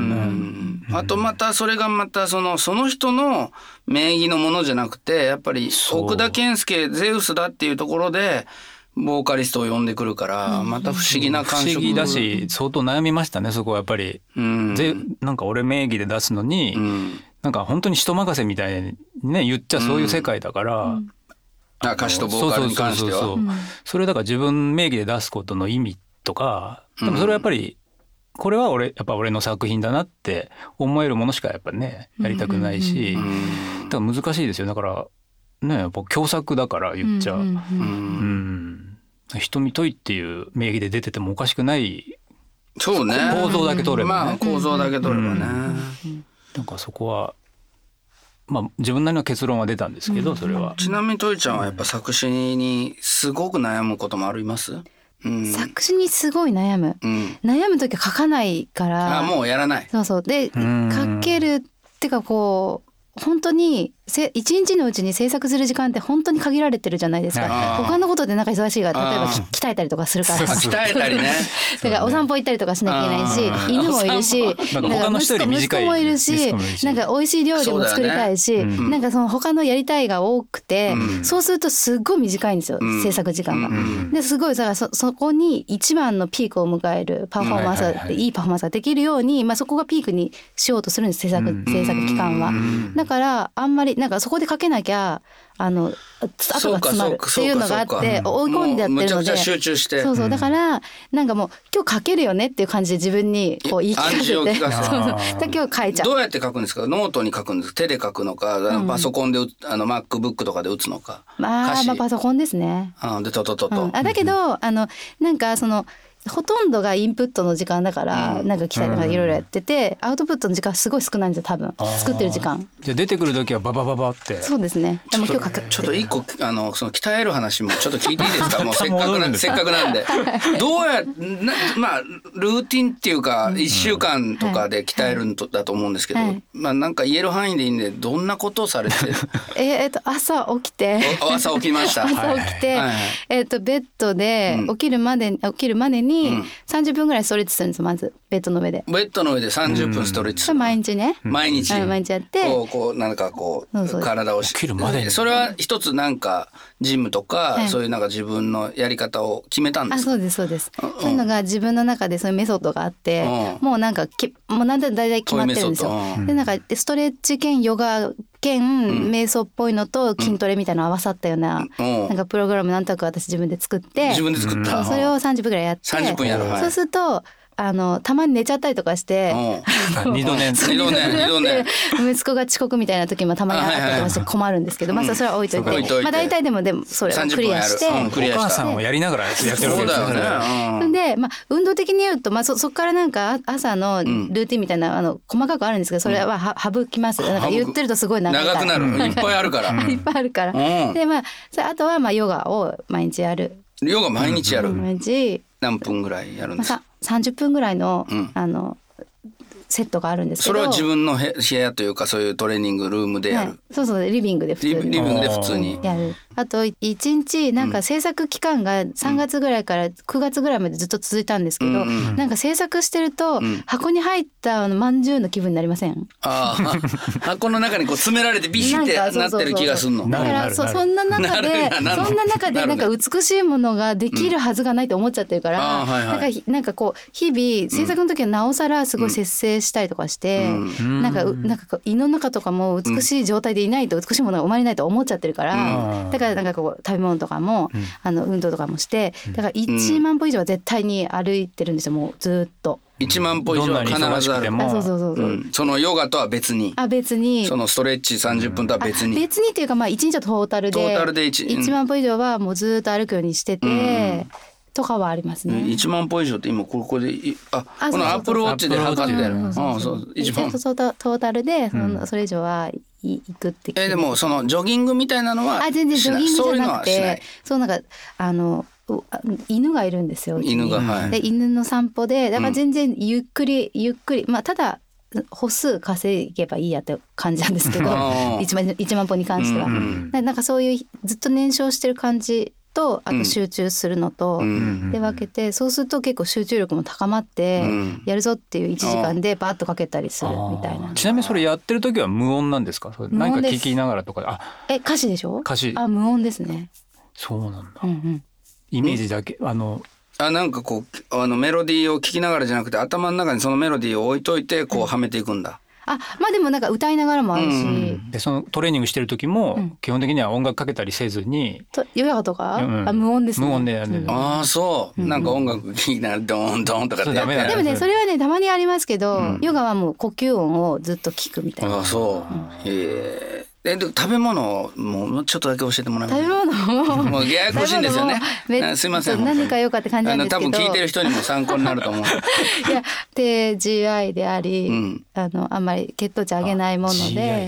あとまたそれがまたそのその人の名義のものじゃなくてやっぱり奥田健介ゼウスだっていうところでボーカリストを呼んでくるからまた不思議な感触。 不思議だし相当悩みましたねそこはやっぱり。うん、ぜなんか俺名義で出すのに、うん、なんか本当に人任せみたいにね言っちゃそういう世界だから、うん、 あ歌手とボーカルに関してはそうそうそうそう、うん、それだから自分名義で出すことの意味とかでもそれはやっぱりこれは俺やっぱ俺の作品だなって思えるものしかやっぱねやりたくないし、うん、だから難しいですよ。だからねやっぱ共作だから言っちゃ、うんうんうんうん、瞳問いっていう名義で出ててもおかしくないそうね構造だけ取ればね、 まあ、構造だけ取ればね、 うん、なんかそこはまあ自分なりの結論は出たんですけどそれは。 ちなみにトイちゃんはやっぱ作詞にすごく悩むこともあります？うん、 作詞にすごい悩む、うん、悩む時は書かないからあもうやらない。 そうそうで書けるっていうかこう本当に一日のうちに制作する時間って本当に限られてるじゃないですか。他のことでなんか忙しいから、例えば鍛えたりとかするから鍛えたりねだからお散歩行ったりとかしなきゃいけないし、犬もいるし、なんか他の人より短い息子もいるし、なんか美味しい料理も作りたいし、ね、なんかその他のやりたいが多くて、うん、そうするとすっごい短いんですよ、うん、制作時間が、うん、ですごいだから そ, そこに一番のピークを迎えるパフォーマンスが、うんはいはいはい、いいパフォーマンスができるように、まあ、そこがピークにしようとするんです、制作、うん、制作期間は。だからあんまりなんかそこでかけなきゃあの後が詰まるっていうのがあって追い込んでやってるので、むちゃくちゃ集中して、 そうそうだからなんかもう今日書けるよねっていう感じで自分にこう言い聞かせて、そうそう今日書いちゃう。 どうやって書くんですか？ノートに書くんですか？手で書くのか、うん、パソコンであの MacBook とかで打つのか。 まあ、まあパソコンですね。 あでトトトト、 うん、あだけどあのなんかそのほとんどがインプットの時間だから、うん、なんか機械とかいろいろやってて、うん、アウトプットの時間すごい少ないんですよ多分作ってる時間。 じゃあ出てくる時はババババって。 そうですね。でも今日書くちょっと一個あのその鍛える話もちょっと聞いていいですか？もうせっかくなせっかくなんでどうやなまあルーティンっていうかいっしゅうかんとかで鍛えるんだと思うんですけど、はいはい、まあなんか言える範囲でいいんでどんなことをされてえっと朝起きて朝起きました朝起きて、はいはい、えっとベッドで起きるまで、うん、起きるまでにさんじゅっぷんぐらいストレッチするんです。まずベッドの上でベッドの上でさんじゅっぷんストレッチする、 うん、毎日ね毎日毎日やってこうこうなんかこう、そうそう体を起きるまでにそれは一つなんかジムとか、はい、そういうなんか自分のやり方を決めたんですか？ あそうですそうです、うん、そういうのが自分の中でそういうメソッドがあって、うん、もうなんかきもうなんで大体決まってるんですよ。でなんかストレッチ兼ヨガ兼瞑想っぽいのと筋トレみたいなの合わさったような、うん、なんかプログラムなんとなく私自分で作って自分で作った、 それをさんじゅっぷんぐらいやってさんじゅっぷんやる、はい、 そうするとあのたまに寝ちゃったりとかして二度寝二度寝二度寝息子が遅刻みたいな時もたまにあったりとかして困るんですけど、まあそれは置いといて、うん、まあ大体でもでもそれをクリアして、 うん、お母さんをやりながらやってるわけですよね。 うん、でまあ運動的に言うとまあそそこからなんか朝のルーティンみたいなあの細かくあるんですけど、それはは省きます。なんか言ってるとすごい長い長くなるいっぱいあるからいっぱいあるから、うん、でまあそれあとはまあヨガを毎日やる。 ヨガ毎日やる、 うん、毎日何分ぐらいやるんですか？ まあ、さんじゅっぷんぐらいの、うん、あのセットがあるんですけど、 それは自分の部屋というかそういうトレーニングルームでやる、はい、 そうそうリビングで普通にリビングで普通にやる。あといちにちなんか制作期間がさんがつぐらいからくがつぐらいまでずっと続いたんですけど、うん、なんか制作してると箱に入ったまんじゅうの気分になりません？ あ箱の中にこう詰められてビシッてなってる気がするの。 だからそそんな中でそんな中でなんか美しいものができるはずがないと思っちゃってるから、うんはいはい、なんかなんかこう日々制作の時はなおさらすごい節制したりとかして、うん、なんかなんか胃の中とかも美しい状態でいないと美しいものが生まれないと思っちゃってるから、うん、だからなんかこう食べ物とかも、うん、あの運動とかもしてだからいちまん歩以上は絶対に歩いてるんですよ。もうずっといちまん歩以上は必ずある。 あそうそうそうそう、うん、 そのヨガとは別にあ別にそのストレッチさんじゅっぷんとは別に、 うん、別にっていうかまあいちにちはトータルでトータルで 1, いちまん歩以上はもうずっと歩くようにしてて、うんとかはありますね。 いちまん歩以上って今ここでああこのアップルウォッチで測ってる。あそういちまんトータルでその、うん、それ以上はいくってえでもそのジョギングみたいなのはあ全然ジョギングじゃなくてそうなんかあの犬がいるんですよ。 犬が、はい、 で犬の散歩でだから全然ゆっくり、うん、ゆっくりまあただ歩数稼げばいいやって感じなんですけどいちまん、いちまん歩に関しては、うんうん、なんかそういうずっと燃焼してる感じとあと集中するのと、うん、で分けてそうすると結構集中力も高まって、うん、やるぞっていういちじかんでバーッとかけたりするみたいな。 ちなみにそれやってる時は無音なんですか？何か聞きながらとかあえ歌詞でしょ？ 歌詞あ無音ですね。 そうなんだ、 うんうん、 イメージだけ、うん、あのあなんかこうあのメロディーを聞きながらじゃなくて頭の中にそのメロディーを置いといてこうはめていくんだ、うんあまあでもなんか歌いながらもあるし、うん、 でそのトレーニングしてる時も基本的には音楽かけたりせずに、 うん、ヨガとか、うん、あ無音ですね。 無音でやる、うん、 ああそう、うん、なんか音楽聴きながらドーンドーンとかってやってでもねそれはねたまにありますけど、うん、ヨガはもう呼吸音をずっと聞くみたいな。 あそう、うん、へええで食べ物もちょっとだけ教えてもらえますか？ 食べ物ももうややこしいんですよね。すいません。 何かよかって感じなんですけど。 多分聞いてる人にも参考になると思う。 いや低 ジーアイ であり、うん、あのあんまり血糖値上げないもので。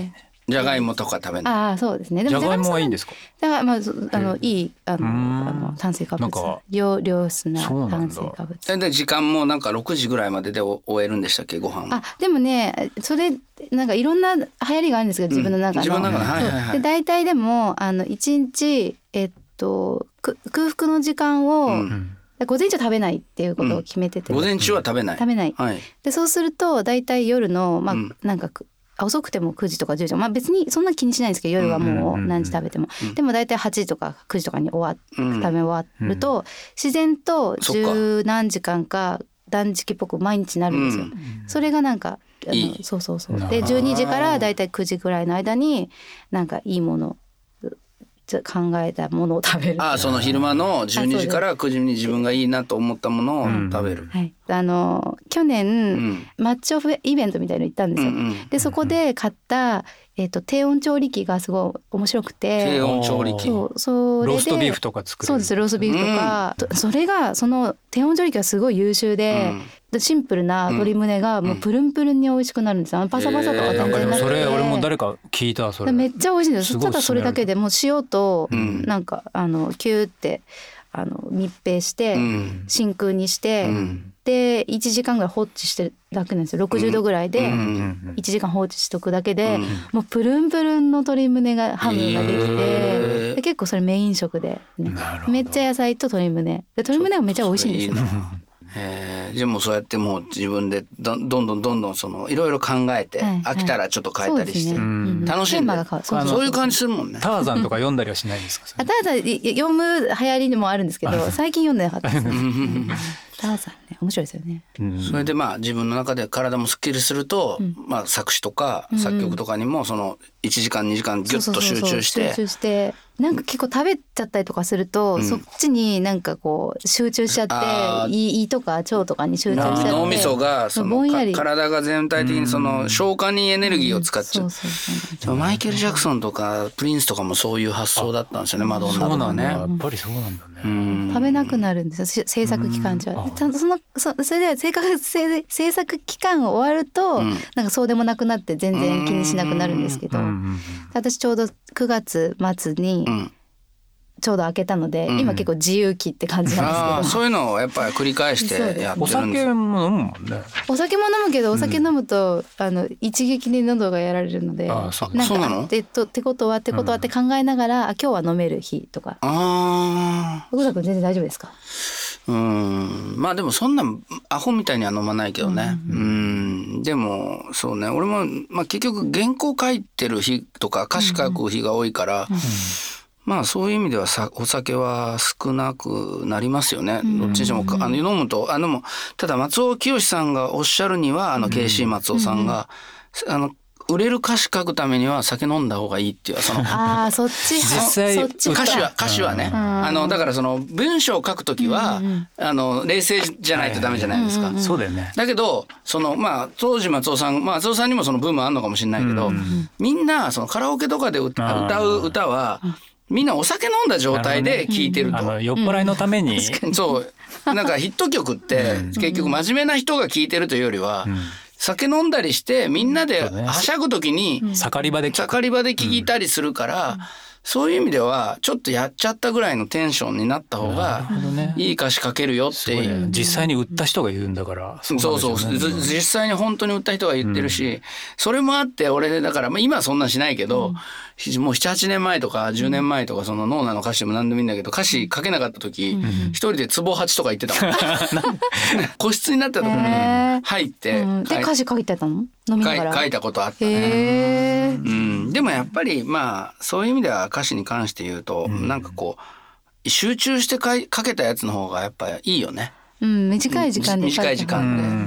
じゃがいもとか食べない。 ああそうですね。 でもじゃがいもはいいんですか。 だからまああのいいあのあの炭水化物良良質な炭水化物。 で時間もなんかろくじぐらいまでで終えるんでしたっけご飯は。 あでもねそれなんかいろんな流行りがあるんですけど自分の中の。 自分の中のはいはいはい。 で大体でもあの一日えっとく空腹の時間を、うん、午前中食べないっていうことを決めてて、 うん、午前中は食べない。 食べない。 はい、 でそうすると大体夜のまあ、うん、なんか遅くてもくじとかじゅうじ、まあ、別にそんな気にしないんですけど夜はもう何時食べても、うんうんうん、でも大体はちじとかくじとかに終わっ、うん、食べ終わると、うん、自然と十何時間か断食っぽく毎日になるんですよ、うん、それがなんかあのいいそうそうそうでじゅうにじから大体くじぐらいの間になんかいいもの考えたものを食べる。 ああその昼間のじゅうにじからくじに自分がいいなと思ったものを食べる、うんはい、あの去年、うん、マッチオフイベントみたいの行ったんですよ、うんうん、でそこで買ったえー、と低温調理器がすごい面白くて低温調理器そうそれでローストビーフとか作るそうですローストビーフとか、うん、それがその低温調理器がすごい優秀で、うん、シンプルな鶏胸がもうプルンプルンに美味しくなるんですよパサパサとか全然なくて、えー、 それ俺も誰か聞いたそれめっちゃ美味しいんですよただそれだけでもう塩となんかあのキューってあの密閉して真空にして、うん、でいちじかんぐらい放置してるだけなんですよろくじゅうどぐらいでいちじかん放置しとくだけで、うん、もうプルンプルンの鶏胸がハムができて、えー、で結構それメイン食で、ね、めっちゃ野菜と鶏胸で鶏胸がめっちゃ美味しいんですよね。 えー、でもそうやってもう自分でどんどんどんどんどんそのいろいろ考えて、はいはい、飽きたらちょっと変えたりして、ね、楽しんでそういう感じするもんね。 ターザンとか読んだりはしないですかあターザン読む流行りでもあるんですけど最近読んでなかったですターザンね面白いですよね、 うん、それでまあ自分の中で体もすっきりすると、うんまあ、作詞とか作曲とかにもそのいちじかんにじかんギュッと集中して集中してなんか結構食べちゃったりとかすると、うん、そっちになんかこう集中しちゃって胃、胃とか腸とかに集中しちゃって脳みそがその体が全体的にその消化にエネルギーを使っちゃうマイケル・ジャクソンとかプリンスとかもそういう発想だったんですよねマドンナとかねやっぱりそうなんだね、うん、 食べなくなるんですよ制作期間中はその そ, それでは制作制作期間が終わると、うん、なんかそうでもなくなって全然気にしなくなるんですけど私ちょうどくがつ末にちょうど開けたので、うん、今結構自由期って感じなんですけど、 あそういうのをやっぱり繰り返してやってるんです。 お酒も飲むもんね。 お酒も飲むけどお酒飲むと、うん、あの一撃で喉がやられるのであそうなんかそうなのってとってことはってことはって考えながら、うん、あ今日は飲める日とかあ奥田君全然大丈夫ですか？ うんまあでもそんなアホみたいには飲まないけどね、うん、うんでもそうね俺も、まあ、結局原稿書いてる日とか歌詞書く日が多いから、うんうんまあそういう意味ではさお酒は少なくなりますよね。どっちにしてもあの飲むとあでもただ松尾清さんがおっしゃるにはあの ケーシー 松尾さんが、うん、あの売れる歌詞書くためには酒飲んだ方がいいっていうそのあそっち実際そっち歌詞は歌詞はねあのだからその文章を書くときは、うんうん、あの冷静じゃないとダメじゃないですか。 そうだよね。 だけどそのまあ当時松尾さん松尾さんにもそのブームあるのかもしれないけど、うんうん、みんなそのカラオケとかで歌う歌はみんなお酒飲んだ状態で聴いてると、 ねうん、あの酔っ払いのために、 うん、そうなんかヒット曲って結局真面目な人が聴いてるというよりは、うん、酒飲んだりしてみんなではしゃぐ時に盛り場で聴いたりするから、うんそういう意味ではちょっとやっちゃったぐらいのテンションになった方がいい歌詞書けるよっていう、 ね、実際に売った人が言うんだからそうそうそう実際に本当に売った人が言ってるし、うん、それもあって俺だから今はそんなしないけど、うん、もう ななはちねんまえとかじゅうねんまえとかそのノーナの歌詞でも何でもいいんだけど歌詞書けなかった時、うん、一人でツボはちとか言ってたもん個室になったところに入って、 うん、で歌詞書いてたの飲みながら書いたことあったね、うん、でもやっぱりまあそういう意味では歌詞に関して言うと、うん、なんかこう集中して書い書けたやつの方がやっぱりいいよね、 うん、短い時間で短い時間で、うん、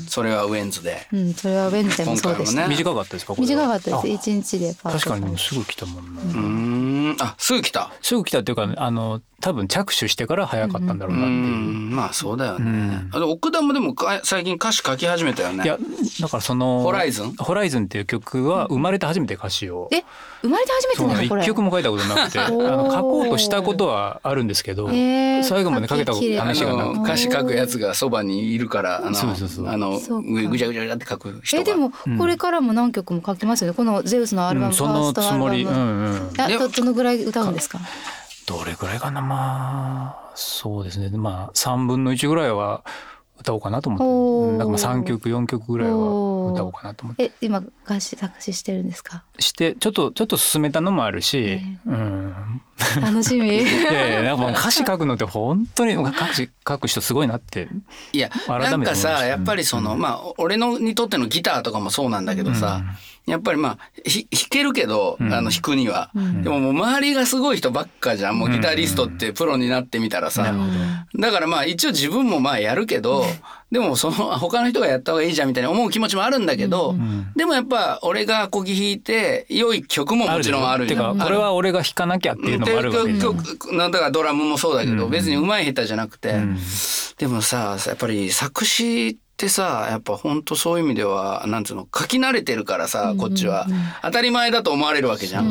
それはウェンズで、 うん、それはウェンズでもそうでした、 ね、短かったですか？これ短かったです一日でパート確かにすぐ来たもんな、 うん、あすぐ来たすぐ来たっていうかあの多分着手してから早かったんだろうなっていう、うん、 まあそうだよね、うん、奥田もでも最近歌詞書き始めたよね。 いやだからそのホライズンホライズンっていう曲は生まれて初めて歌詞を、 え生まれて初めてなんだこれ。 一曲も書いたことなくてあの書こうとしたことはあるんですけど最後まで書けた話がなくて、 歌詞書くやつがそばにいるからあのそうそうそうあのぐちゃぐちゃって書く人が。 えでもこれからも何曲も書きますよね、このゼウスのアルバム、うん、 そのつもり、うんうん、 ど, どのぐらい歌うんですか。 どれぐらいかな、まあそうですね、まあさんぶんのいちぐらいは歌おうかなと思って、だからまあさんきょくよんきょくぐらいは歌おうかなと思って。 え今歌詞作詞してるんですか。 してちょっとちょっと進めたのもあるし、えーうん、 楽しみ。いやいやなんか歌詞書くのって本当に歌詞書く人すごいなって。 いやなんかさやっぱりその、うん、まあ俺のにとってのギターとかもそうなんだけどさ、うん、やっぱりまあ弾けるけど、うん、あの弾くには、うん、でももう周りがすごい人ばっかじゃん、もうギタリストってプロになってみたらさ、うん、だからまあ一応自分もまあやるけど、うん、でもその他の人がやった方がいいじゃんみたいに思う気持ちもあるんだけど、うん、でもやっぱ俺がアコギ弾いて良い曲ももちろんあるじゃん。 てかこれは俺が弾かなきゃっていうのもあるわけじゃん。 なんだからドラムもそうだけど、うん、別に上手い下手じゃなくて、うん、でもさやっぱり作詞ってさやっぱ本当そういう意味ではなんつうの書き慣れてるからさ、こっちは当たり前だと思われるわけじゃん、うん、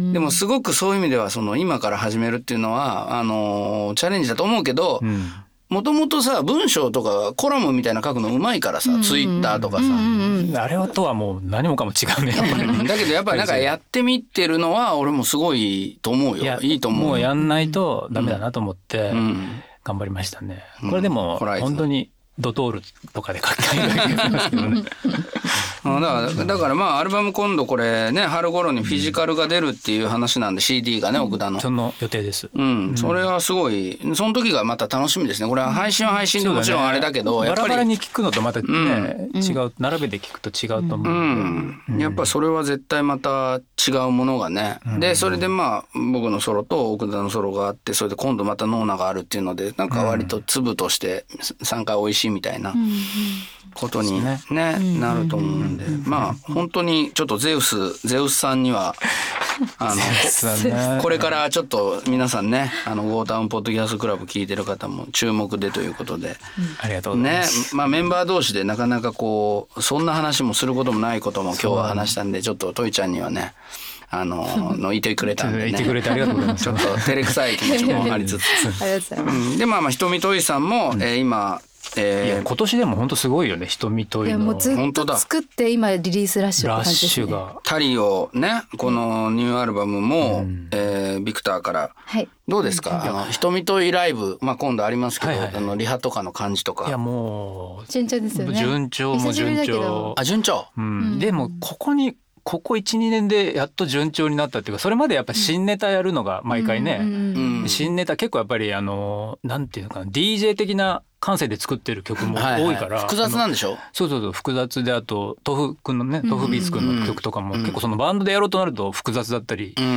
でもすごくそういう意味ではその今から始めるっていうのはあのー、チャレンジだと思うけど、もともとさ文章とかコラムみたいな書くのうまいからさ、うん、ツイッターとかさ、うんうん、あれはとはもう何もかも違うねやっぱりだけどやっぱりなんかやってみてるのは俺もすごいと思うよ。いやいいと思う。 もうやんないとダメだなと思って頑張りましたね、うん、これでも本当にドトールとかで書きたいんだけどねだからだからまあアルバム今度これね春頃にフィジカルが出るっていう話なんで シーディー がね奥田のその予定です、 うん、それはすごいその時がまた楽しみですね。これは配信は配信でもちろんあれだけど、 ね、 やっぱりバラバラに聞くのとまたね、うん、違う並べて聞くと違うと思う、 うんうん、やっぱそれは絶対また違うものがね、うん、でそれでまあ僕のソロと奥田のソロがあってそれで今度またノーナがあるっていうのでなんか割と粒としてさんかい美味しいみたいなことに、ねね、なると思うんで、まあ本当にちょっとゼウスゼウスさんにはあのこれからちょっと皆さんねあのウォータウンポッドキャストクラブ聞いてる方も注目でということで、 ありがとうございます、 ね、まあメンバー同士でなかなかこうそんな話もすることもないことも今日は話したんでちょっとトイちゃんにはねあののいてくれたんでね。 いてくれてありがとうございます。 ちょっと照れくさい気持ちもありつつうん、でまあまあひとみトイさんも、うんえー、今えー、 いや今年でも本当すごいよねひとみトイの。いやもうずっと作って今リリースラッシュって感じですね。 ラッシュがタリをねこのニューアルバムも、うんえー、ビクターから、はい、どうですか、うん、あのひとみトイライブ、まあ、今度ありますけど、はいはい、あのリハとかの感じとか。 いやもう順調ですよね。 順調も順調。 あ順調、 うんうん、でもここにここ いちにねんでやっと順調になったっていうかそれまでやっぱ新ネタやるのが毎回ね、うんうん、新ネタ結構やっぱりあのなんていうのかな ディージェー 的な感性で作ってる曲も多いから、はいはい、 複雑なんでしょ。 そうそうそう複雑であと豆腐くんのね豆腐ビーツくんの曲とかも結構そのバンドでやろうとなると複雑だったり、うん、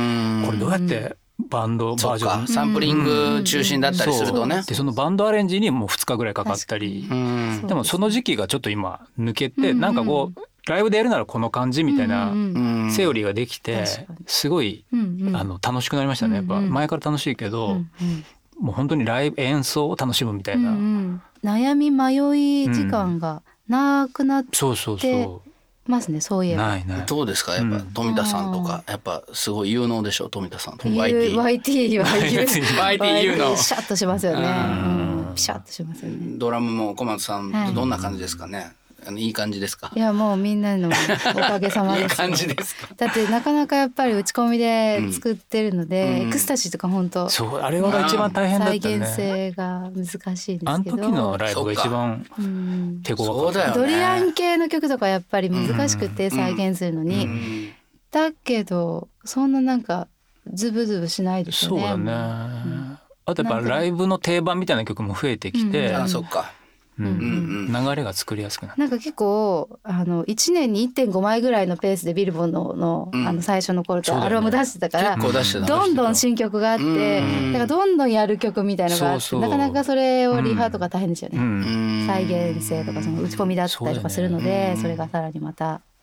これどうやってバンドバージョンサンプリング中心だったりするとね、うん、 でそのバンドアレンジにもうふつかぐらいかかったり、うん、でもその時期がちょっと今抜けて、うん、なんかこうライブでやるならこの感じみたいなセオリーができてすごい、うんうん、あの楽しくなりましたね。やっぱ前から楽しいけど、うんうん、もう本当にライブ演奏を楽しむみたいな、うんうん、 悩み迷い時間がなくなって、うん、 そうそうそうますね。そういえばないないどうですかやっぱ富田さんとか、うん、やっぱすごい有能でしょ富田さん。 ワイティー ワイティー は有ワイティー 有能ピシャッとしますよね、うん、ピシャッとしますよね。 ドラムも小松さん、はい、どんな感じですかね。あのいい感じですか。 いやもうみんなのおかげさまです、ね、 いい感じですか。 だってなかなかやっぱり打ち込みで作ってるので、うん、エクスタシーとか本当そうあれは一番大変だったね。 再現性が難しいんですけどあの時のライブが一番手強かった、 うんね、 ドリアン系の曲とかやっぱり難しくて再現するのに、うんうん、だけどそんななんかズブズブしないですよね。 そうだね、うん、あとやっぱライブの定番みたいな曲も増えてきて、 うん、あそっかうんうんうん、流れが作りやすくなる。 なんか結構あのいちねんに いってんご 枚ぐらいのペースでビルボン の, の,、うん、あの最初の頃とアルバム出してたから、 ね、 どんどん新曲があって、うん、だからどんどんやる曲みたいのがあってそうそうなかなかそれをリハとか大変ですよね、うん、再現性とかその打ち込みだったりとかするので、うん、それがさらにまた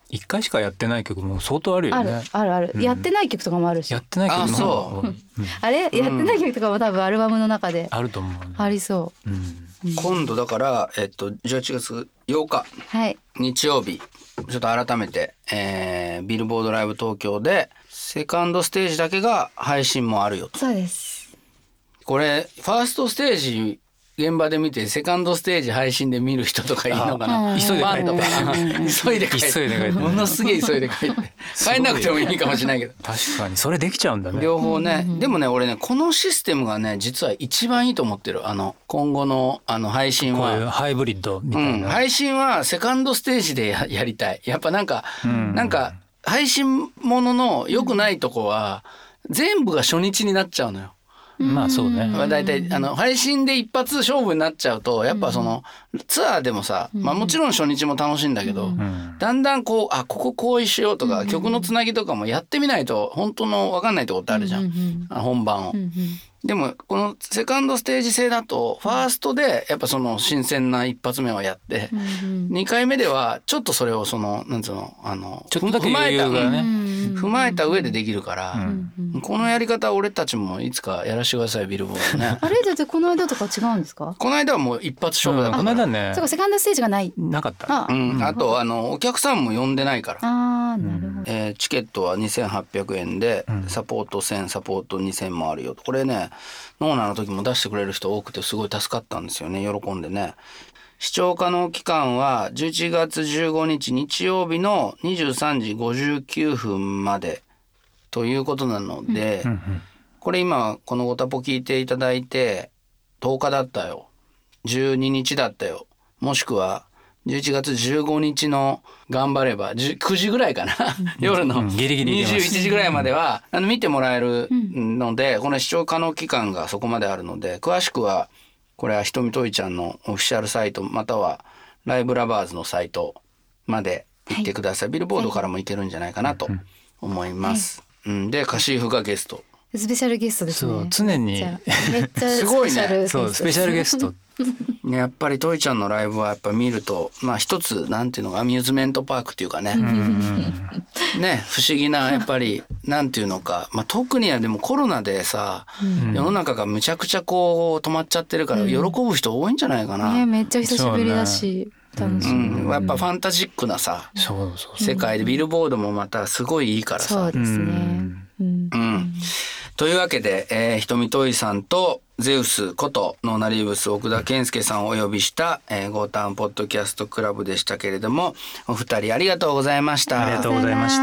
一回しかやってない曲も相当あるよね。 あるあるある、うん、やってない曲とかもあるし。 やってない曲もあそう、 うん、 あれやってない曲とかも多分アルバムの中であると思う、ね、 ありそう、 うんうん、今度だから、えっと、じゅうはちがつようか、 はい、 日曜日ちょっと改めて、えー、ビルボードライブ東京でセカンドステージだけが配信もあるよと。 そうです。 これファーストステージ現場で見てセカンドステージ配信で見る人とかいるのかな。 急いで帰って急いで帰ってものすげえ急いで帰って帰んなくてもいいかもしれないけど確かにそれできちゃうんだね両方ね、うんうん、でもね俺ねこのシステムがね実は一番いいと思ってる。あの今後のあの配信はこういうハイブリッドみたいな、 うん、配信はセカンドステージで や, やりたい。やっぱなんか、うん、なんか配信ものの良くないとこは全部が初日になっちゃうのよ。 まあそうね。 だいたいあの配信で一発勝負になっちゃうとやっぱそのツアーでもさ、まあ、もちろん初日も楽しいんだけど、だんだんこうあこここうしようとか曲のつなぎとかもやってみないと本当の分かんないとこってあるじゃん、本番を。でもこのセカンドステージ制だとファーストでやっぱその新鮮な一発目をやって、にかいめではちょっとそれをそのなんつうのあのちょっとだけ余裕がね踏まえた上でできるから、うんうん、このやり方俺たちもいつかやらせてくださいビルボードね。 あれだってこの間とか違うんですか？ この間はもう一発勝負だった、うん、 この間ね。 そうかセカンドステージがないなかった。 あ、うん、あとあのお客さんも呼んでないから。 あなるほど、 えー、チケットはにせんはっぴゃくえんで、うん、サポートせんサポートにせんもあるよ。これねノーナーの時も出してくれる人多くてすごい助かったんですよね。喜んでね。視聴可能期間はじゅういちがつじゅうごにち日曜日のにじゅうさんじごじゅうきゅうふんまでということなので、うんうん、これ今このごタポ聞いていただいてとおかだったよじゅうににちだったよもしくはじゅういちがつじゅうごにちの頑張ればくじぐらいかな夜のにじゅういちじぐらいまではあの見てもらえるので、この視聴可能期間がそこまであるので詳しくはこれはひとみといちゃんのオフィシャルサイトまたはライブラバーズのサイトまで行ってください、はい、ビルボードからも行けるんじゃないかなと思います、はいうん、でカシーフがゲストスペシャルゲストですね。 そう常にめっちゃスペシャルそうスペシャルゲストやっぱりトイちゃんのライブはやっぱ見るとまあ一つなんていうのかアミューズメントパークっていうかねね不思議なやっぱりなんていうのか、まあ、特にはでもコロナでさ、うん、世の中がむちゃくちゃこう止まっちゃってるから喜ぶ人多いんじゃないかな、 うんね、めっちゃ久しぶりだし、楽しい、 うん、やっぱファンタジックなさ、うん、 そうそうそう世界でビルボードもまたすごいいいからさそうですね、 うんうん、というわけで、えー、ひとみといさんとゼウスことノーナリーブス奥田健介さんをお呼びした、えー、ゴータウンポッドキャストクラブでしたけれどもお二人ありがとうございました。 ありがとうございました。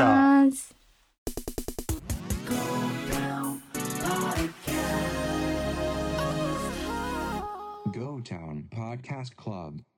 Go Town Podcast Club